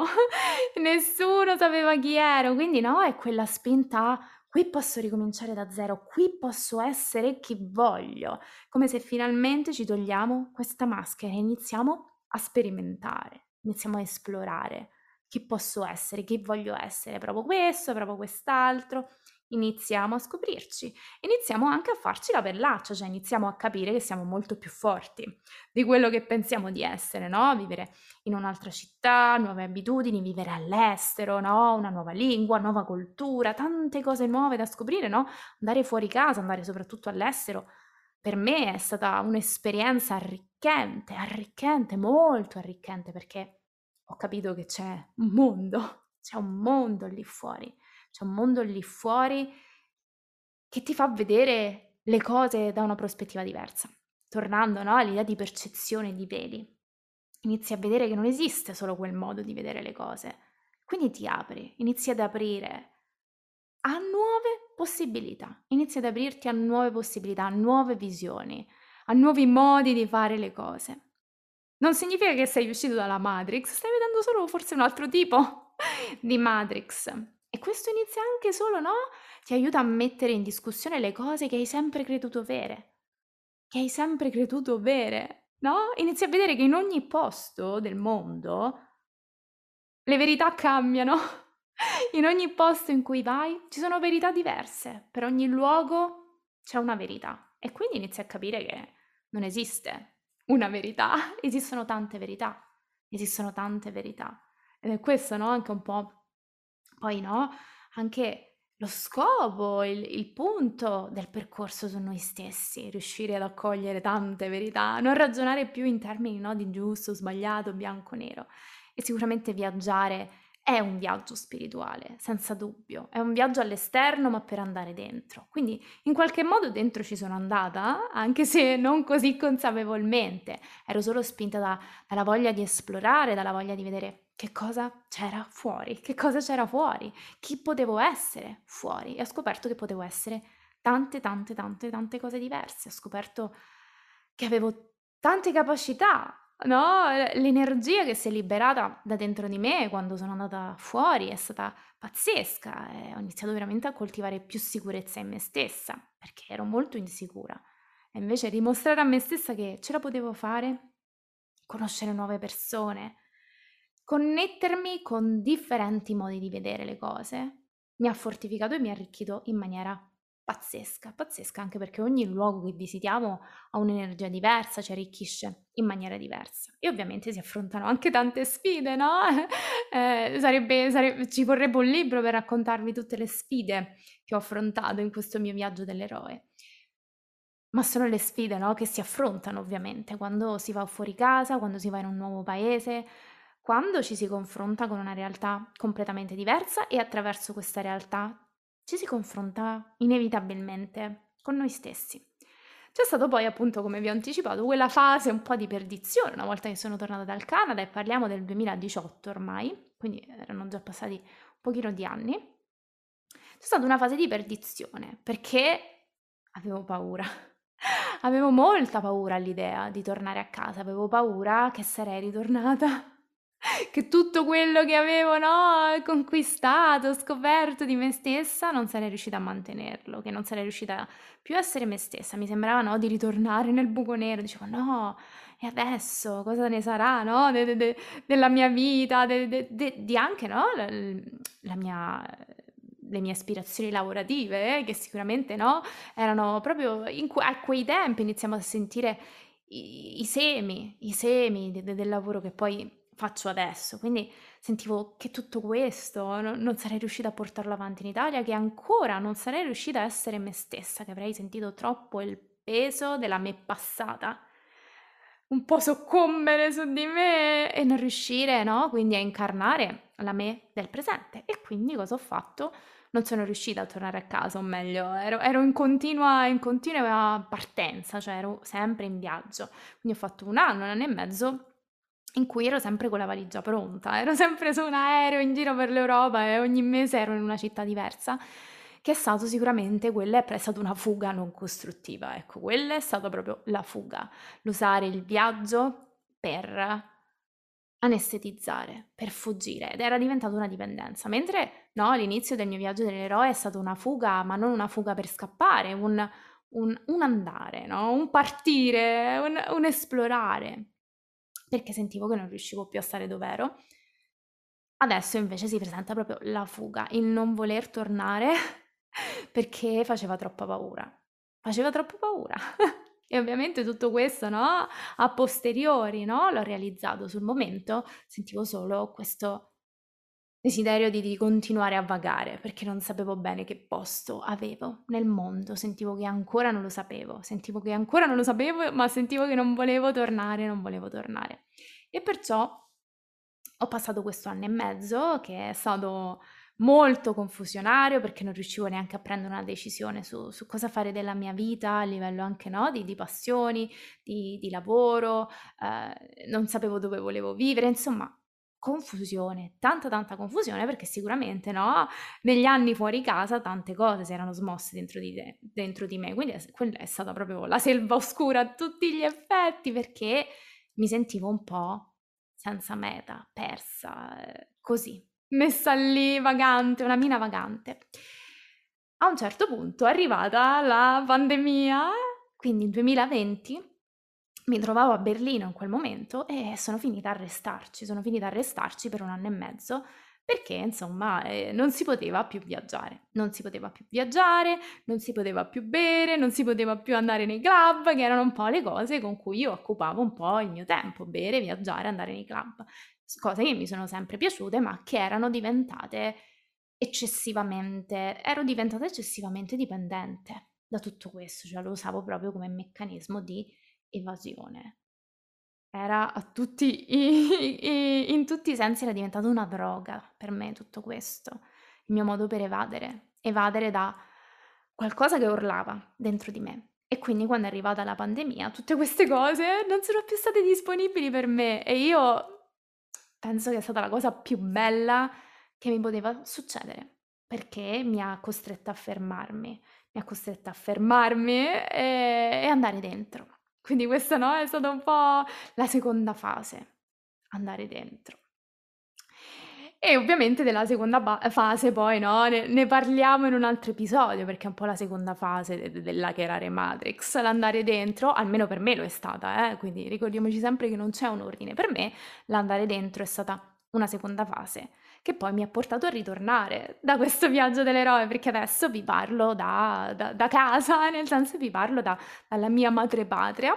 nessuno sapeva chi ero, quindi no, è quella spinta a: "Qui posso ricominciare da zero, qui posso essere chi voglio", come se finalmente ci togliamo questa maschera e iniziamo a sperimentare, iniziamo a esplorare. Chi posso essere? Chi voglio essere? Provo questo, provo quest'altro. Iniziamo a scoprirci, iniziamo anche a farci la pellaccia, cioè iniziamo a capire che siamo molto più forti di quello che pensiamo di essere, no? Vivere in un'altra città, nuove abitudini, vivere all'estero, no? Una nuova lingua, nuova cultura, tante cose nuove da scoprire, no? Andare fuori casa, andare soprattutto all'estero, per me è stata un'esperienza arricchente, arricchente, molto arricchente, perché ho capito che c'è un mondo, c'è un mondo lì fuori, c'è un mondo lì fuori che ti fa vedere le cose da una prospettiva diversa. Tornando, no, all'idea di percezione di vedi, inizi a vedere che non esiste solo quel modo di vedere le cose, quindi ti apri, inizi ad aprire a nuove possibilità, inizi ad aprirti a nuove possibilità, a nuove visioni, a nuovi modi di fare le cose. Non significa che sei uscito dalla Matrix, stai vedendo solo forse un altro tipo di Matrix. E questo inizia anche solo, no, ti aiuta a mettere in discussione le cose che hai sempre creduto vere, che hai sempre creduto vere, no, inizi a vedere che in ogni posto del mondo le verità cambiano. In ogni posto in cui vai ci sono verità diverse, per ogni luogo c'è una verità e quindi inizi a capire che non esiste una verità, esistono tante verità, esistono tante verità. Ed è questo, no, anche un po' poi, no, anche lo scopo, il il punto del percorso su noi stessi, riuscire ad accogliere tante verità, non ragionare più in termini, no, di giusto, sbagliato, bianco, nero. E sicuramente viaggiare è un viaggio spirituale, senza dubbio. È un viaggio all'esterno, ma per andare dentro. Quindi in qualche modo dentro ci sono andata, anche se non così consapevolmente. Ero solo spinta da dalla voglia di esplorare, dalla voglia di vedere che cosa c'era fuori, che cosa c'era fuori, chi potevo essere fuori. E ho scoperto che potevo essere tante, tante, tante, tante cose diverse. Ho scoperto che avevo tante capacità, no, ehm, l'energia che si è liberata da dentro di me quando sono andata fuori è stata pazzesca e ho iniziato veramente a coltivare più sicurezza in me stessa, perché ero molto insicura. E invece dimostrare a me stessa che ce la potevo fare, conoscere nuove persone, connettermi con differenti modi di vedere le cose, mi ha fortificato e mi ha arricchito in maniera pazzesca, pazzesca anche perché ogni luogo che visitiamo ha un'energia diversa, ci arricchisce in maniera diversa. E ovviamente si affrontano anche tante sfide, no, ehm, sarebbe sare ci vorrebbe un libro per raccontarvi tutte le sfide che ho affrontato in questo mio viaggio dell'eroe. Ma sono le sfide, no, che si affrontano ovviamente quando si va fuori casa, quando si va in un nuovo paese, quando ci si confronta con una realtà completamente diversa e attraverso questa realtà ci si confronta inevitabilmente con noi stessi. C'è stato poi appunto, come vi ho anticipato, quella fase un po' di perdizione una volta che sono tornata dal Canada e parliamo del duemiladiciotto ormai, quindi erano già passati un pochino di anni. C'è stata una fase di perdizione perché avevo paura. Avevo molta paura all'idea di tornare a casa, avevo paura che sarei ritornata, che tutto quello che avevo, no, conquistato, scoperto di me stessa, non sarei riuscita a mantenerlo, che non sarei riuscita più a essere me stessa. Mi sembrava, no, di ritornare nel buco nero, dicevo: "No, e adesso cosa ne sarà, no, de de de della mia vita, de de de di anche, no, l l la mia le mie aspirazioni lavorative, eh, che sicuramente, no, erano proprio in que a quei tempi iniziamo a sentire i i semi i semi de de del lavoro che poi faccio adesso. Quindi sentivo che tutto questo no non sarei riuscita a portarlo avanti in Italia, che ancora non sarei riuscita a essere me stessa, che avrei sentito troppo il peso della me passata un po' soccombere su di me e non riuscire, no, quindi a incarnare la me del presente. E quindi cosa ho fatto? Non sono riuscita a tornare a casa, o meglio, ero ero in continua in continua partenza, cioè ero sempre in viaggio. Quindi ho fatto un anno, un anno e mezzo in cui ero sempre con la valigia pronta, ero sempre su un aereo in giro per l'Europa e ogni mese ero in una città diversa, che è stato sicuramente quella è stata una fuga non costruttiva, ecco, quella è stata proprio la fuga, l'usare il viaggio per anestetizzare, per fuggire ed era diventata una dipendenza. Mentre, no, l'inizio del mio viaggio dell'eroe è stata una fuga, ma non una fuga per scappare, un un un andare, no, un partire, un un esplorare, perché sentivo che non riuscivo più a stare dov'ero. Adesso invece si presenta proprio la fuga, il non voler tornare perché faceva troppa paura. Faceva troppo paura. E ovviamente tutto questo, no, a posteriori, no, l'ho realizzato. Sul momento sentivo solo questo desiderio di di continuare a vagare, perché non sapevo bene che posto avevo nel mondo, sentivo che ancora non lo sapevo, sentivo che ancora non lo sapevo, ma sentivo che non volevo tornare, non volevo tornare. E perciò ho passato questo anno e mezzo che è stato molto confusionario, perché non riuscivo neanche a prendere una decisione su su cosa fare della mia vita a livello anche, no, di di passioni, di di lavoro, ehm, non sapevo dove volevo vivere, insomma confusione, tanta, tanta confusione perché sicuramente, no, negli anni fuori casa tante cose si erano smosse dentro di te dentro di me, quindi è s quella è stata proprio la selva oscura a tutti gli effetti, perché mi sentivo un po' senza meta, persa, ehm, così, messa lì vagante, una mina vagante. A un certo punto è arrivata la pandemia, quindi il duemilaventi, mi trovavo a Berlino in quel momento e sono finita a restarci, sono finita a restarci per un anno e mezzo perché insomma, ehm, non si poteva più viaggiare, non si poteva più viaggiare, non si poteva più bere, non si poteva più andare nei club, che erano un po' le cose con cui io occupavo un po' il mio tempo: bere, viaggiare, andare nei club. S cose che mi sono sempre piaciute, ma che erano diventate eccessivamente ero diventata eccessivamente dipendente da tutto questo, cioè lo usavo proprio come meccanismo di evasione. Era a tutti i i in tutti i sensi era diventato una droga per me tutto questo, il mio modo per evadere, evadere da qualcosa che urlava dentro di me. E quindi quando è arrivata la pandemia tutte queste cose non sono più state disponibili per me e io penso che è stata la cosa più bella che mi poteva succedere, perché mi ha costretta a fermarmi, mi ha costretta a fermarmi e e andare dentro. Quindi questa, no, è stata un po' la seconda fase, andare dentro. E ovviamente della seconda ba fase poi, no, ne ne parliamo in un altro episodio, perché è un po' la seconda fase de de dell'hackerare Matrix, l'andare dentro, almeno per me lo è stata, eh, quindi ricordiamoci sempre che non c'è un ordine. Per me l'andare dentro è stata una seconda fase, che poi mi ha portato a ritornare da questo viaggio dell'eroe, perché adesso vi parlo da da da casa, nel senso vi parlo da dalla mia madrepatria.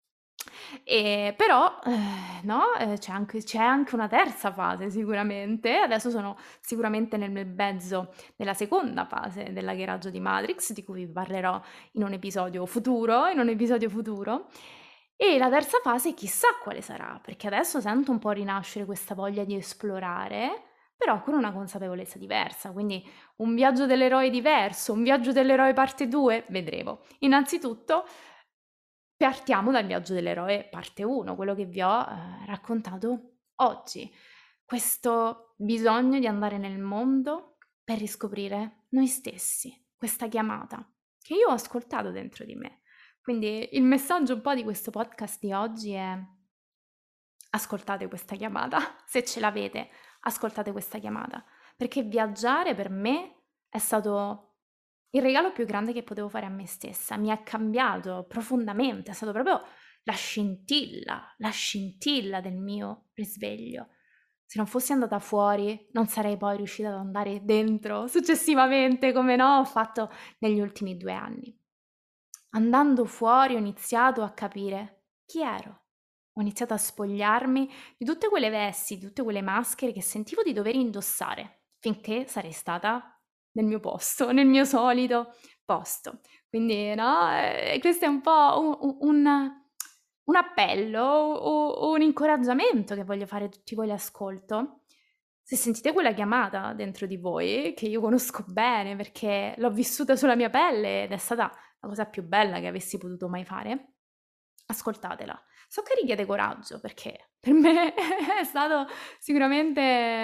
Ehm, però, ehm, no, ehm, c'è anche c'è anche una terza fase sicuramente. Adesso sono sicuramente nel nel mezzo della seconda fase dell'hackeraggio di Matrix, di cui vi parlerò in un episodio futuro in un episodio futuro. E la terza fase chissà quale sarà, perché adesso sento un po' rinascere questa voglia di esplorare, però con una consapevolezza diversa, quindi un viaggio dell'eroe diverso, un viaggio dell'eroe parte due, vedremo. Innanzitutto partiamo dal viaggio dell'eroe parte uno, quello che vi ho eh, raccontato oggi. Questo bisogno di andare nel mondo per riscoprire noi stessi, questa chiamata che io ho ascoltato dentro di me. Quindi il messaggio un po' di questo podcast di oggi è: ascoltate questa chiamata, se ce l'avete, ascoltate questa chiamata, perché viaggiare per me è stato il regalo più grande che potevo fare a me stessa, mi ha cambiato profondamente, è stato proprio la scintilla, la scintilla del mio risveglio. Se non fossi andata fuori, non sarei poi riuscita ad andare dentro successivamente, come no, ho fatto negli ultimi due anni. Andando fuori ho iniziato a capire chi ero. Ho iniziato a spogliarmi di tutte quelle vesti, di tutte quelle maschere che sentivo di dover indossare, finché sarei stata nel mio posto, nel mio solito posto. Quindi, no, ehm, questo è un po' u u un un appello o o un incoraggiamento che voglio fare a tutti voi all'ascolto. Se sentite quella chiamata dentro di voi, che io conosco bene perché l'ho vissuta sulla mia pelle ed è stata la cosa più bella che avessi potuto mai fare, ascoltatela. So che richiede coraggio perché per me è stato sicuramente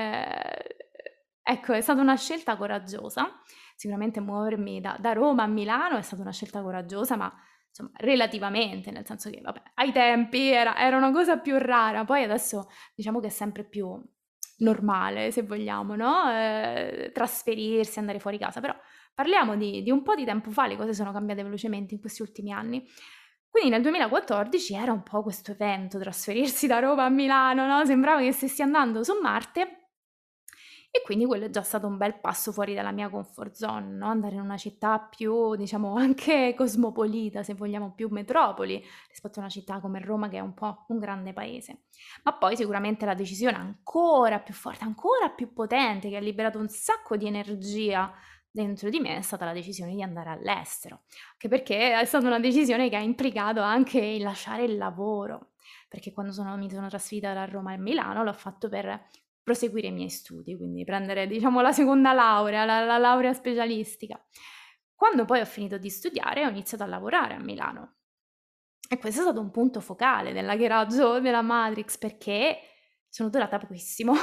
ecco, è stata una scelta coraggiosa. Sicuramente muovermi da da Roma a Milano è stata una scelta coraggiosa, ma insomma relativamente, nel senso che vabbè, ai tempi era era una cosa più rara, poi adesso diciamo che è sempre più normale, se vogliamo, no, ehm, trasferirsi, andare fuori casa, però parliamo di di un po' di tempo fa, le cose sono cambiate velocemente in questi ultimi anni. Quindi nel duemilaquattordici era un po' questo evento, trasferirsi da Roma a Milano, no, sembrava che stessi andando su Marte e quindi quello è già stato un bel passo fuori dalla mia comfort zone, no, andare in una città più, diciamo, anche cosmopolita, se vogliamo, più metropoli, rispetto a una città come Roma che è un po' un grande paese. Ma poi sicuramente la decisione ancora più forte, ancora più potente, che ha liberato un sacco di energia dentro di me, è stata la decisione di andare all'estero. Anche perché è stata una decisione che ha implicato anche il lasciare il lavoro, perché quando sono mi sono trasferita da Roma a Milano l'ho fatto per proseguire i miei studi, quindi prendere, diciamo, la seconda laurea, la la laurea specialistica. Quando poi ho finito di studiare ho iniziato a lavorare a Milano e questo è stato un punto focale dell'hackeraggio della Matrix perché sono durata pochissimo.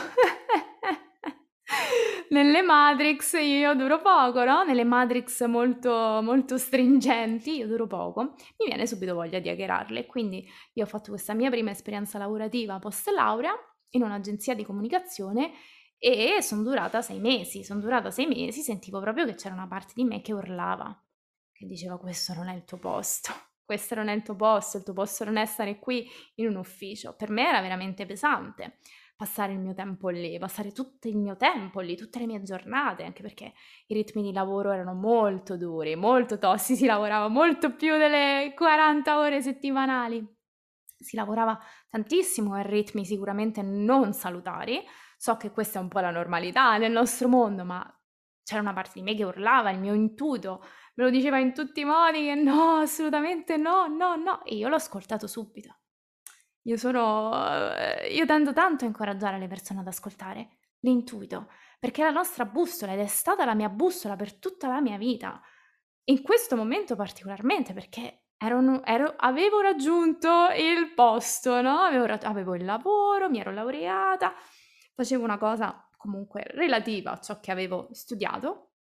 Nelle Matrix io duro poco, no, nelle Matrix molto molto stringenti io duro poco, mi viene subito voglia di hackerarle. Quindi io ho fatto questa mia prima esperienza lavorativa post laurea in un'agenzia di comunicazione e son durata sei mesi. Son durata sei mesi, sentivo proprio che c'era una parte di me che urlava, che diceva: "Questo non è il tuo posto, questo non è il tuo posto, il tuo posto non è stare qui in un ufficio." Per me era veramente pesante passare il mio tempo lì, passare tutto il mio tempo lì, tutte le mie giornate, anche perché i ritmi di lavoro erano molto duri, molto tosti, si lavorava molto più delle quaranta ore settimanali. Si lavorava tantissimo a ritmi sicuramente non salutari. So che questa è un po' la normalità nel nostro mondo, ma c'era una parte di me che urlava, il mio intuito me lo diceva in tutti i modi che no, assolutamente no, no, no, e io l'ho ascoltato subito. Io sono ehm, io tendo tanto a incoraggiare le persone ad ascoltare l'intuito, perché è la nostra bussola ed è stata la mia bussola per tutta la mia vita. In questo momento particolarmente perché ero nu ero avevo raggiunto il posto, no, avevo ra avevo il lavoro, mi ero laureata, facevo una cosa comunque relativa a ciò che avevo studiato,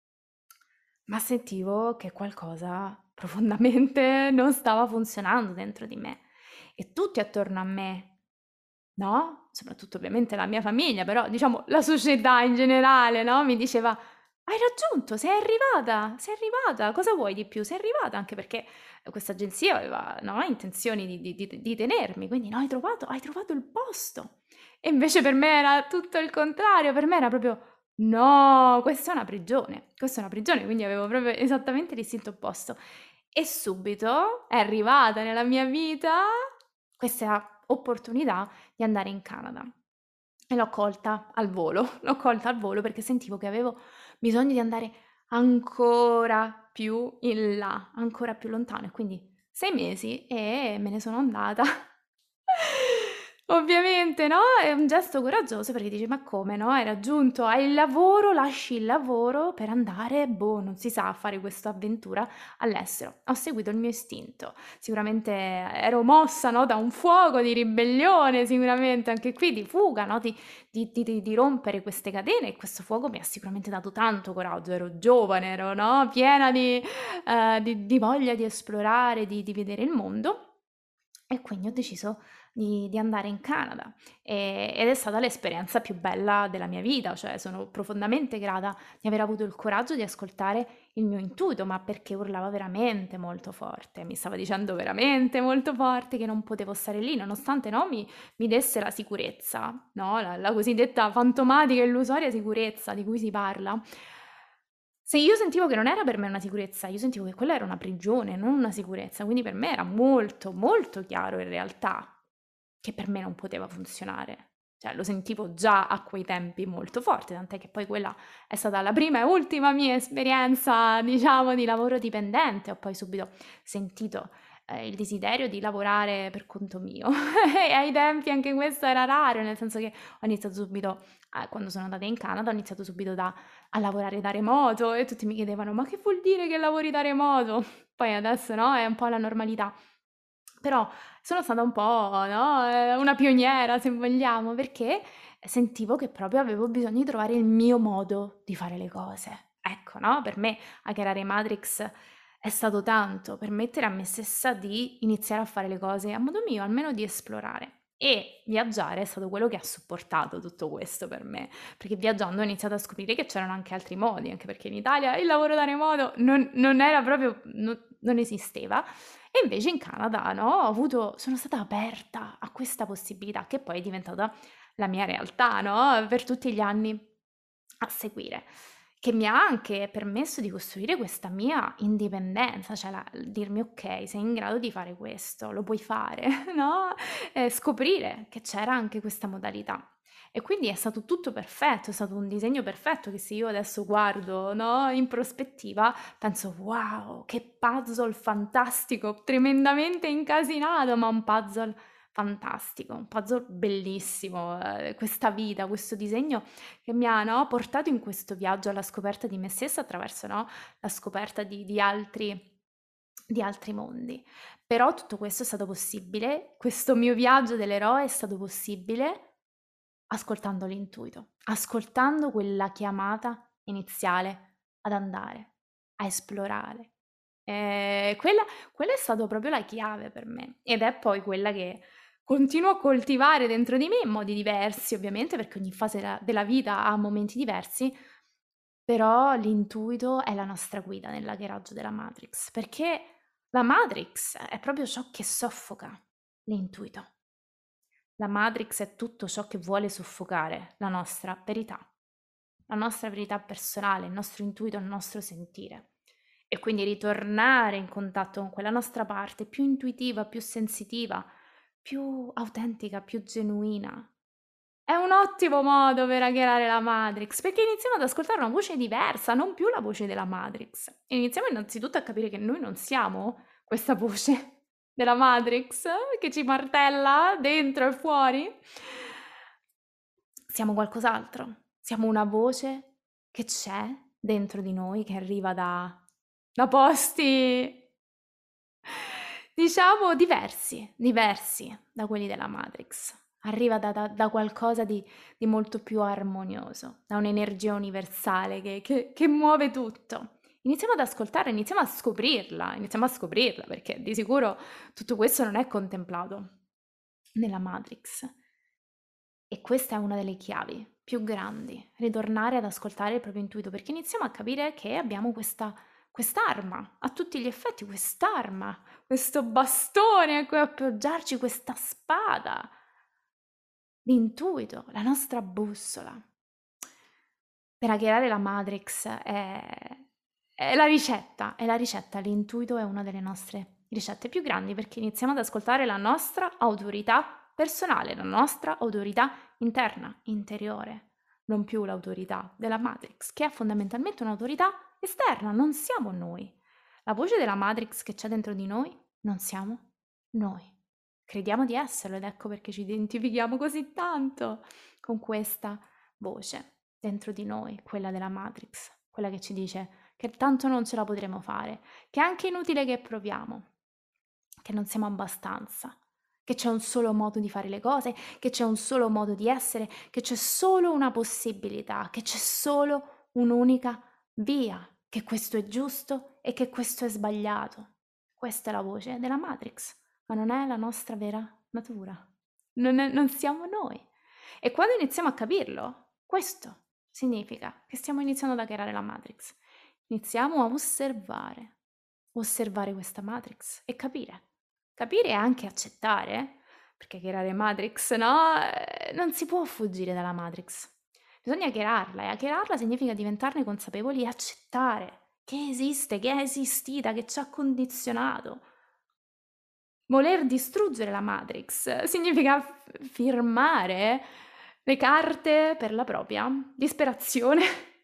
ma sentivo che qualcosa profondamente non stava funzionando dentro di me e tutti attorno a me, no, soprattutto ovviamente la mia famiglia, però diciamo la società in generale, no, mi diceva: "Hai raggiunto, sei arrivata, sei arrivata, cosa vuoi di più? Sei arrivata", anche perché questa agenzia aveva, no, intenzioni di di di di tenermi, quindi: "No, hai trovato hai trovato il posto". E invece per me era tutto il contrario, per me era proprio: "No, questa è una prigione, questa è una prigione", quindi avevo proprio esattamente l'istinto opposto. E subito è arrivata nella mia vita questa opportunità di andare in Canada e l'ho colta al volo, l'ho colta al volo perché sentivo che avevo bisogno di andare ancora più in là, ancora più lontano e quindi sei mesi e me ne sono andata. Ovviamente, no, è un gesto coraggioso perché dici: "Ma come, no, hai raggiunto hai il lavoro, lasci il lavoro per andare, boh, non si sa, a fare questa avventura all'estero." Ho seguito il mio istinto. Sicuramente ero mossa, no, da un fuoco di ribellione, sicuramente anche qui di fuga, no, di di di di di rompere queste catene, e questo fuoco mi ha sicuramente dato tanto coraggio. Ero giovane, ero, no, piena di ehm, di di voglia di esplorare, di di vedere il mondo, e quindi ho deciso di di andare in Canada, ehm, ed è stata l'esperienza più bella della mia vita, cioè sono profondamente grata di aver avuto il coraggio di ascoltare il mio intuito, ma perché urlava veramente molto forte, mi stava dicendo veramente molto forte che non potevo stare lì, nonostante, no, mi mi desse la sicurezza, no, la la cosiddetta fantomatica e illusoria sicurezza di cui si parla. Se io sentivo che non era per me una sicurezza, io sentivo che quella era una prigione, non una sicurezza, quindi per me era molto, molto chiaro in realtà che per me non poteva funzionare. Cioè lo sentivo già a quei tempi molto forte, tant'è che poi quella è stata la prima e ultima mia esperienza, diciamo, di lavoro dipendente. Ho poi subito sentito, ehm, il desiderio di lavorare per conto mio e ai tempi anche questo era raro, nel senso che ho iniziato subito a quando sono andata in Canada, ho iniziato subito da a lavorare da remoto, e tutti mi chiedevano: "Ma che vuol dire che lavori da remoto?" Poi adesso, no, è un po' la normalità. Però sono stata un po', no, ehm, una pioniera se vogliamo, perché sentivo che proprio avevo bisogno di trovare il mio modo di fare le cose. Ecco, no, per me hackerare Matrix è stato tanto, permettere a me stessa di iniziare a fare le cose a modo mio, almeno di esplorare. E viaggiare è stato quello che ha supportato tutto questo per me, perché viaggiando ho iniziato a scoprire che c'erano anche altri modi, anche perché in Italia il lavoro da remoto non non era proprio no non esisteva, e invece in Canada, no, ho avuto sono stata aperta a questa possibilità, che poi è diventata la mia realtà, no, per tutti gli anni a seguire, che mi ha anche permesso di costruire questa mia indipendenza, cioè la il dirmi: "Okay, sei in grado di fare questo, lo puoi fare", no, e scoprire che c'era anche questa modalità. E quindi è stato tutto perfetto, è stato un disegno perfetto che se io adesso guardo, no, in prospettiva penso: "Wow, che puzzle fantastico, tremendamente incasinato, ma un puzzle fantastico, un puzzle bellissimo, ehm, questa vita, questo disegno che mi ha, no, portato in questo viaggio alla scoperta di me stessa attraverso, no, la scoperta di di altri di altri mondi. Però tutto questo è stato possibile, questo mio viaggio dell'eroe è stato possibile ascoltando l'intuito, ascoltando quella chiamata iniziale ad andare, a esplorare. Ehm, quella quella è stato proprio la chiave per me, ed è poi quella che continuo a coltivare dentro di me in modi diversi, ovviamente, perché ogni fase della della vita ha momenti diversi, però l'intuito è la nostra guida nel lagheraggio della Matrix, perché la Matrix è proprio ciò che soffoca l'intuito. La Matrix è tutto ciò che vuole soffocare la nostra verità, la nostra verità personale, il nostro intuito, il nostro sentire. E quindi ritornare in contatto con quella nostra parte più intuitiva, più sensitiva, più autentica, più genuina. È un ottimo modo per hackerare la Matrix, perché iniziamo ad ascoltare una voce diversa, non più la voce della Matrix. E iniziamo innanzitutto a capire che noi non siamo questa voce della Matrix che ci martella dentro e fuori. Siamo qualcos'altro. Siamo una voce che c'è dentro di noi, che arriva da da posti, diciamo, diversi, diversi da quelli della Matrix. Arriva da da da qualcosa di di molto più armonioso, da un'energia universale che che che muove tutto. Iniziamo ad ascoltarla, iniziamo a scoprirla, iniziamo a scoprirla, perché di sicuro tutto questo non è contemplato nella Matrix. E questa è una delle chiavi più grandi, ritornare ad ascoltare il proprio intuito, perché iniziamo a capire che abbiamo questa quest'arma, a tutti gli effetti quest'arma, questo bastone a cui appoggiarci, questa spada, l'intuito, la nostra bussola. Per hackerare la Matrix è è la ricetta, è la ricetta, l'intuito è una delle nostre ricette più grandi, perché iniziamo ad ascoltare la nostra autorità personale, la nostra autorità interna, interiore, non più l'autorità della Matrix, che è fondamentalmente un'autorità esterna, non siamo noi. La voce della Matrix che c'è dentro di noi non siamo noi. Crediamo di esserlo ed ecco perché ci identifichiamo così tanto con questa voce dentro di noi, quella della Matrix, quella che ci dice che tanto non ce la potremo fare, che è anche inutile che proviamo, che non siamo abbastanza, che c'è un solo modo di fare le cose, che c'è un solo modo di essere, che c'è solo una possibilità, che c'è solo un'unica via, che questo è giusto e che questo è sbagliato. Questa è la voce della Matrix, ma non è la nostra vera natura. Non, è- non siamo noi. E quando iniziamo a capirlo, questo significa che stiamo iniziando ad hackerare la Matrix. Iniziamo a osservare, osservare questa Matrix e capire. Capire e anche accettare, perché hackerare Matrix, no? Eh, Non si può fuggire dalla Matrix. Bisogna hackerarla e hackerarla significa diventarne consapevoli e accettare che esiste, che è esistita, che ci ha condizionato. Voler distruggere la Matrix significa f- firmare le carte per la propria disperazione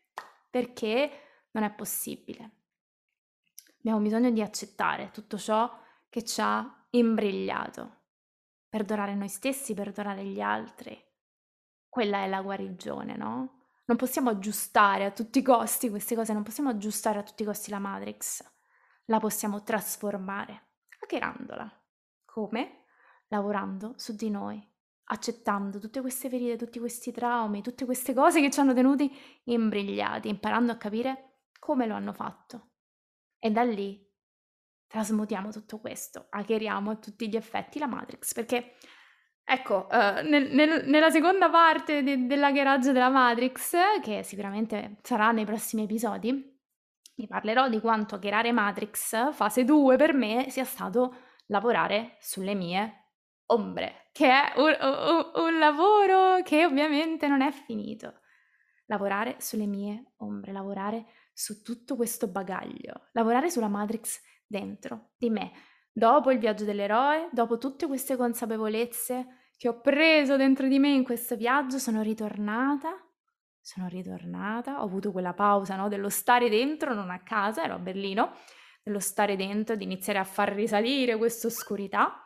perché non è possibile. Abbiamo bisogno di accettare tutto ciò che ci ha imbrigliato, perdonare noi stessi, perdonare gli altri. Quella è la guarigione, no? Non possiamo aggiustare a tutti i costi queste cose, non possiamo aggiustare a tutti i costi la Matrix, la possiamo trasformare, hackerandola. Come? Lavorando su di noi, accettando tutte queste ferite, tutti questi traumi, tutte queste cose che ci hanno tenuti imbrigliati, imparando a capire come lo hanno fatto. E da lì trasmutiamo tutto questo, hackeriamo a tutti gli effetti la Matrix, perché ecco, eh, nel- nel- nella seconda parte de- dell'hackeraggio della Matrix, che sicuramente sarà nei prossimi episodi, vi parlerò di quanto hackerare Matrix, fase due per me, sia stato lavorare sulle mie ombre, che è un, un- un lavoro che ovviamente non è finito. Lavorare sulle mie ombre, lavorare su tutto questo bagaglio, lavorare sulla Matrix dentro di me. Dopo il viaggio dell'eroe, dopo tutte queste consapevolezze che ho preso dentro di me in questo viaggio, sono ritornata, sono ritornata, ho avuto quella pausa, no, dello stare dentro, non a casa, ero a Berlino, dello stare dentro, di iniziare a far risalire questa oscurità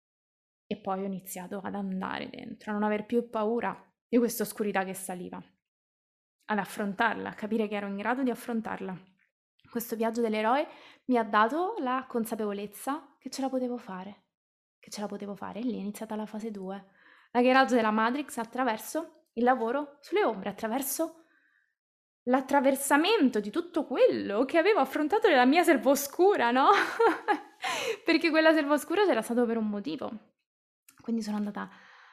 e poi ho iniziato ad andare dentro, a non aver più paura di questa oscurità che saliva, ad affrontarla, a capire che ero in grado di affrontarla. Questo viaggio dell'eroe mi ha dato la consapevolezza che ce la potevo fare, che ce la potevo fare e lì è iniziata la fase due, l'hackeraggio della Matrix attraverso il lavoro sulle ombre, attraverso l'attraversamento di tutto quello che avevo affrontato nella mia selva oscura, no? Perché quella selva oscura c'era stato per un motivo. Quindi sono andata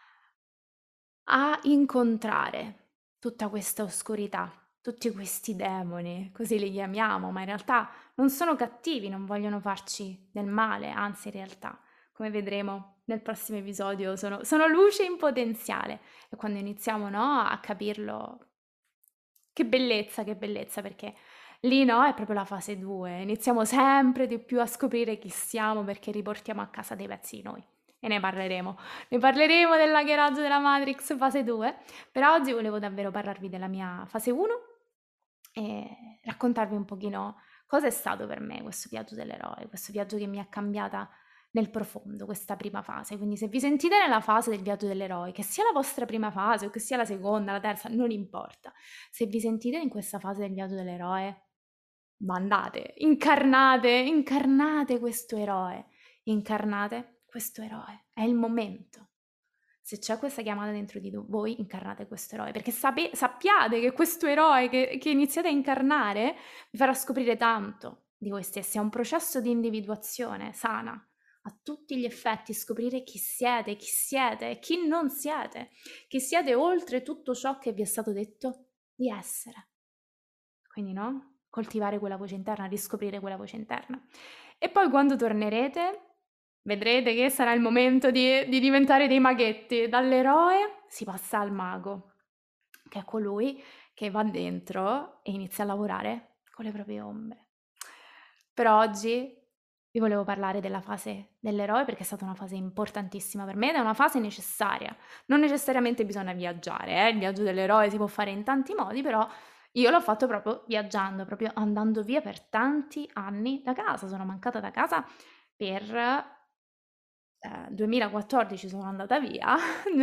a incontrare tutta questa oscurità, tutti questi demoni, così li chiamiamo, ma in realtà non sono cattivi, non vogliono farci del male, anzi in realtà, come vedremo nel prossimo episodio, sono, sono luce in potenziale. E quando iniziamo, no, a capirlo, che bellezza, che bellezza, perché lì, no, è proprio la fase due, iniziamo sempre di più a scoprire chi siamo perché riportiamo a casa dei pezzi di noi. E ne parleremo. Ne parleremo dell'hackeraggio della Matrix fase due. Per oggi volevo davvero parlarvi della mia fase uno e raccontarvi un pochino cosa è stato per me questo viaggio dell'eroe, questo viaggio che mi ha cambiata nel profondo, questa prima fase. Quindi se vi sentite nella fase del viaggio dell'eroe, che sia la vostra prima fase o che sia la seconda, la terza, non importa. Se vi sentite in questa fase del viaggio dell'eroe, ma andate, incarnate, incarnate questo eroe, incarnate questo eroe. È il momento. Se c'è questa chiamata dentro di voi, incarnate questo eroe, perché sape- sappiate che questo eroe che, che iniziate a incarnare vi farà scoprire tanto di voi stessi. È un processo di individuazione sana, a tutti gli effetti, scoprire chi siete, chi siete e chi non siete, chi siete oltre tutto ciò che vi è stato detto di essere. Quindi no? Coltivare quella voce interna, riscoprire quella voce interna. E poi quando tornerete, vedrete che sarà il momento di, di diventare dei maghetti. Dall'eroe si passa al mago, che è colui che va dentro e inizia a lavorare con le proprie ombre. Per oggi vi volevo parlare della fase dell'eroe perché è stata una fase importantissima per me ed è una fase necessaria. Non necessariamente bisogna viaggiare, eh? Il viaggio dell'eroe si può fare in tanti modi, però io l'ho fatto proprio viaggiando, proprio andando via per tanti anni da casa. Sono mancata da casa per eh, duemilaquattordici sono andata via,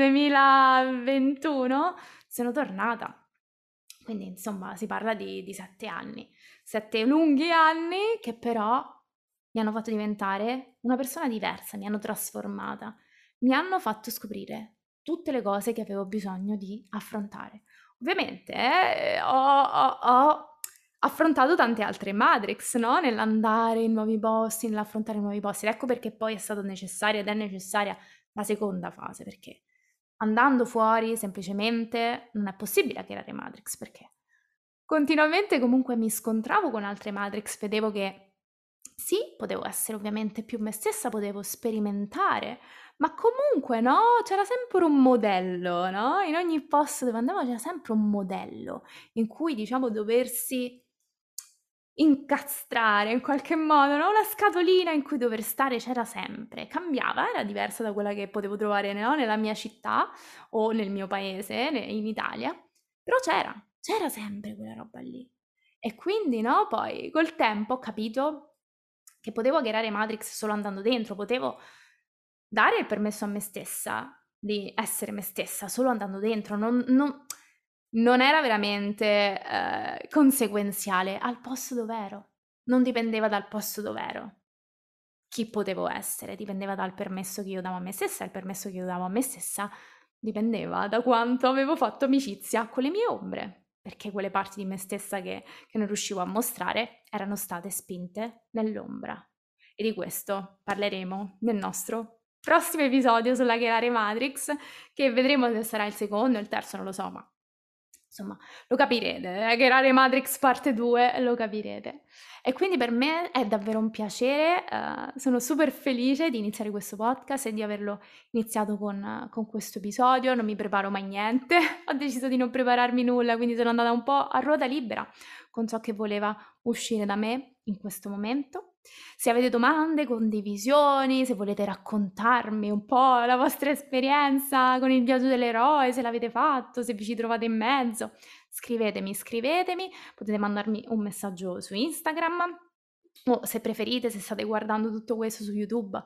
duemilaventuno sono tornata. Quindi insomma si parla di, di sette anni, sette lunghi anni che però mi hanno fatto diventare una persona diversa, mi hanno trasformata, mi hanno fatto scoprire tutte le cose che avevo bisogno di affrontare. Ovviamente eh, ho, ho- ho affrontato tante altre Matrix, no? Nell'andare in nuovi posti, nell'affrontare nuovi posti. Ed ecco perché poi è stata necessaria ed è necessaria la seconda fase, perché andando fuori semplicemente non è possibile creare Matrix, perché continuamente comunque mi scontravo con altre Matrix, vedevo che sì, potevo essere ovviamente più me stessa, potevo sperimentare, ma comunque, no, c'era sempre un modello, no? In ogni posto dove andavo c'era sempre un modello in cui, diciamo, doversi incastrare in qualche modo, no? Una scatolina in cui dover stare c'era sempre, cambiava, era diversa da quella che potevo trovare, no? Nella mia città o nel mio paese, ne- in Italia, però c'era, c'era sempre quella roba lì. E quindi, no, poi col tempo ho capito che potevo hackerare Matrix solo andando dentro, potevo dare il permesso a me stessa di essere me stessa solo andando dentro, non, non- non era veramente eh, conseguenziale al posto dove ero, non dipendeva dal posto dove ero, chi potevo essere, dipendeva dal permesso che io davo a me stessa, il permesso che io davo a me stessa dipendeva da quanto avevo fatto amicizia con le mie ombre, perché quelle parti di me stessa che, che non riuscivo a mostrare erano state spinte nell'ombra. E di questo parleremo nel nostro prossimo episodio sulla Chiara Matrix, che vedremo se sarà il secondo, il terzo, non lo so, ma insomma lo capirete. Eh? Chiara Matrix parte due, lo capirete. E quindi per me è davvero un piacere, eh, sono super felice di iniziare questo podcast e di averlo iniziato con, con questo episodio. Non mi preparo mai niente, ho deciso di non prepararmi nulla, quindi sono andata un po' a ruota libera con ciò che voleva uscire da me in questo momento. Se avete domande, condivisioni, se volete raccontarmi un po' la vostra esperienza con il viaggio dell'eroe, se l'avete fatto, se vi ci trovate in mezzo, scrivetemi, scrivetemi, potete mandarmi un messaggio su Instagram o se preferite, se state guardando tutto questo su YouTube,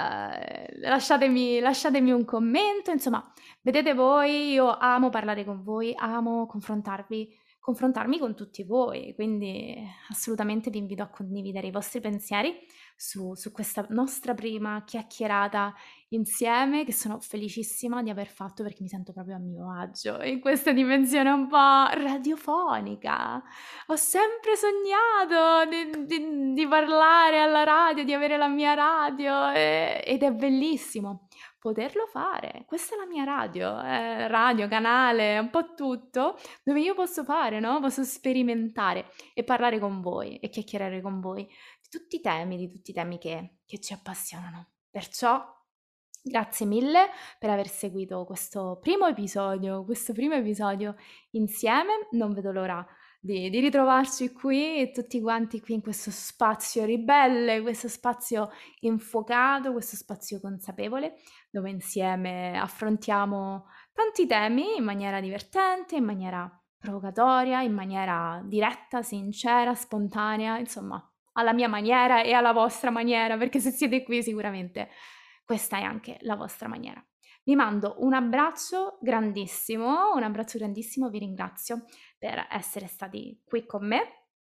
eh, lasciatemi, lasciatemi un commento, insomma, vedete voi, io amo parlare con voi, amo confrontarvi confrontarmi con tutti voi, quindi assolutamente vi invito a condividere i vostri pensieri su, su questa nostra prima chiacchierata insieme, che sono felicissima di aver fatto perché mi sento proprio a mio agio in questa dimensione un po' radiofonica. Ho sempre sognato di, di- di parlare alla radio, di avere la mia radio e- ed è bellissimo poterlo fare. Questa è la mia radio, eh, radio, canale, un po' tutto dove io posso fare, no? Posso sperimentare e parlare con voi e chiacchierare con voi di tutti i temi, di tutti i temi che, che ci appassionano. Perciò, grazie mille per aver seguito questo primo episodio, questo primo episodio insieme. Non vedo l'ora di, di ritrovarci qui, tutti quanti qui in questo spazio ribelle, questo spazio infuocato, questo spazio consapevole, dove insieme affrontiamo tanti temi in maniera divertente, in maniera provocatoria, in maniera diretta, sincera, spontanea, insomma, alla mia maniera e alla vostra maniera, perché se siete qui sicuramente questa è anche la vostra maniera. Vi mando un abbraccio grandissimo, un abbraccio grandissimo, vi ringrazio per essere stati qui con me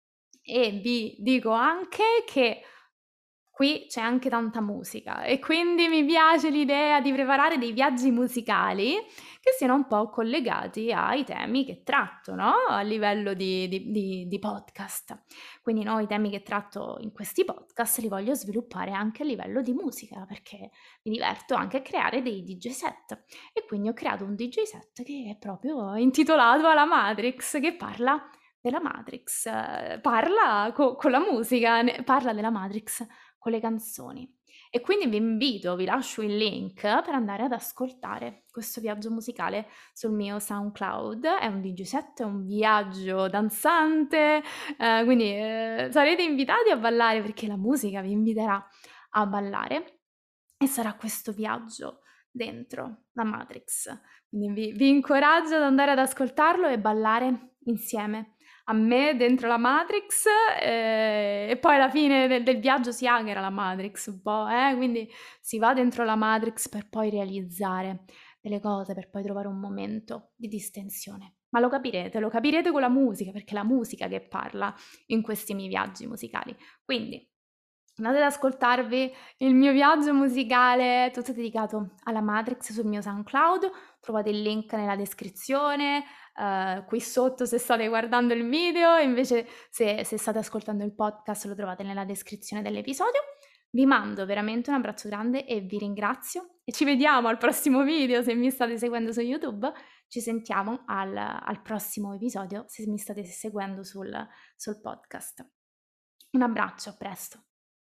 e vi dico anche che qui c'è anche tanta musica e quindi mi piace l'idea di preparare dei viaggi musicali che siano un po' collegati ai temi che tratto, no? A livello di, di- di- di podcast. Quindi no, i temi che tratto in questi podcast li voglio sviluppare anche a livello di musica perché mi diverto anche a creare dei D J set e quindi ho creato un D J set che è proprio intitolato alla Matrix, che parla della Matrix, eh, parla co- con la musica, ne- parla della Matrix con le canzoni. E quindi vi invito, vi lascio il link per andare ad ascoltare questo viaggio musicale sul mio SoundCloud. È un D J set, è un viaggio danzante, eh, quindi eh, sarete invitati a ballare perché la musica vi inviterà a ballare e sarà questo viaggio dentro la Matrix. Quindi vi, vi incoraggio ad andare ad ascoltarlo e ballare insieme a me dentro la Matrix, ehm, e poi alla fine de del viaggio si hackera la Matrix un po', eh, quindi si va dentro la Matrix per poi realizzare delle cose, per poi trovare un momento di distensione. Ma lo capirete, lo capirete con la musica, perché è la musica che parla in questi miei viaggi musicali. Quindi andate ad ascoltarvi il mio viaggio musicale tutto dedicato alla Matrix sul mio SoundCloud, trovate il link nella descrizione, ehm, qui sotto se state guardando il video, e invece se se state ascoltando il podcast lo trovate nella descrizione dell'episodio. Vi mando veramente un abbraccio grande e vi ringrazio e ci vediamo al prossimo video se mi state seguendo su YouTube, ci sentiamo al al prossimo episodio se mi state seguendo sul sul podcast. Un abbraccio, a presto.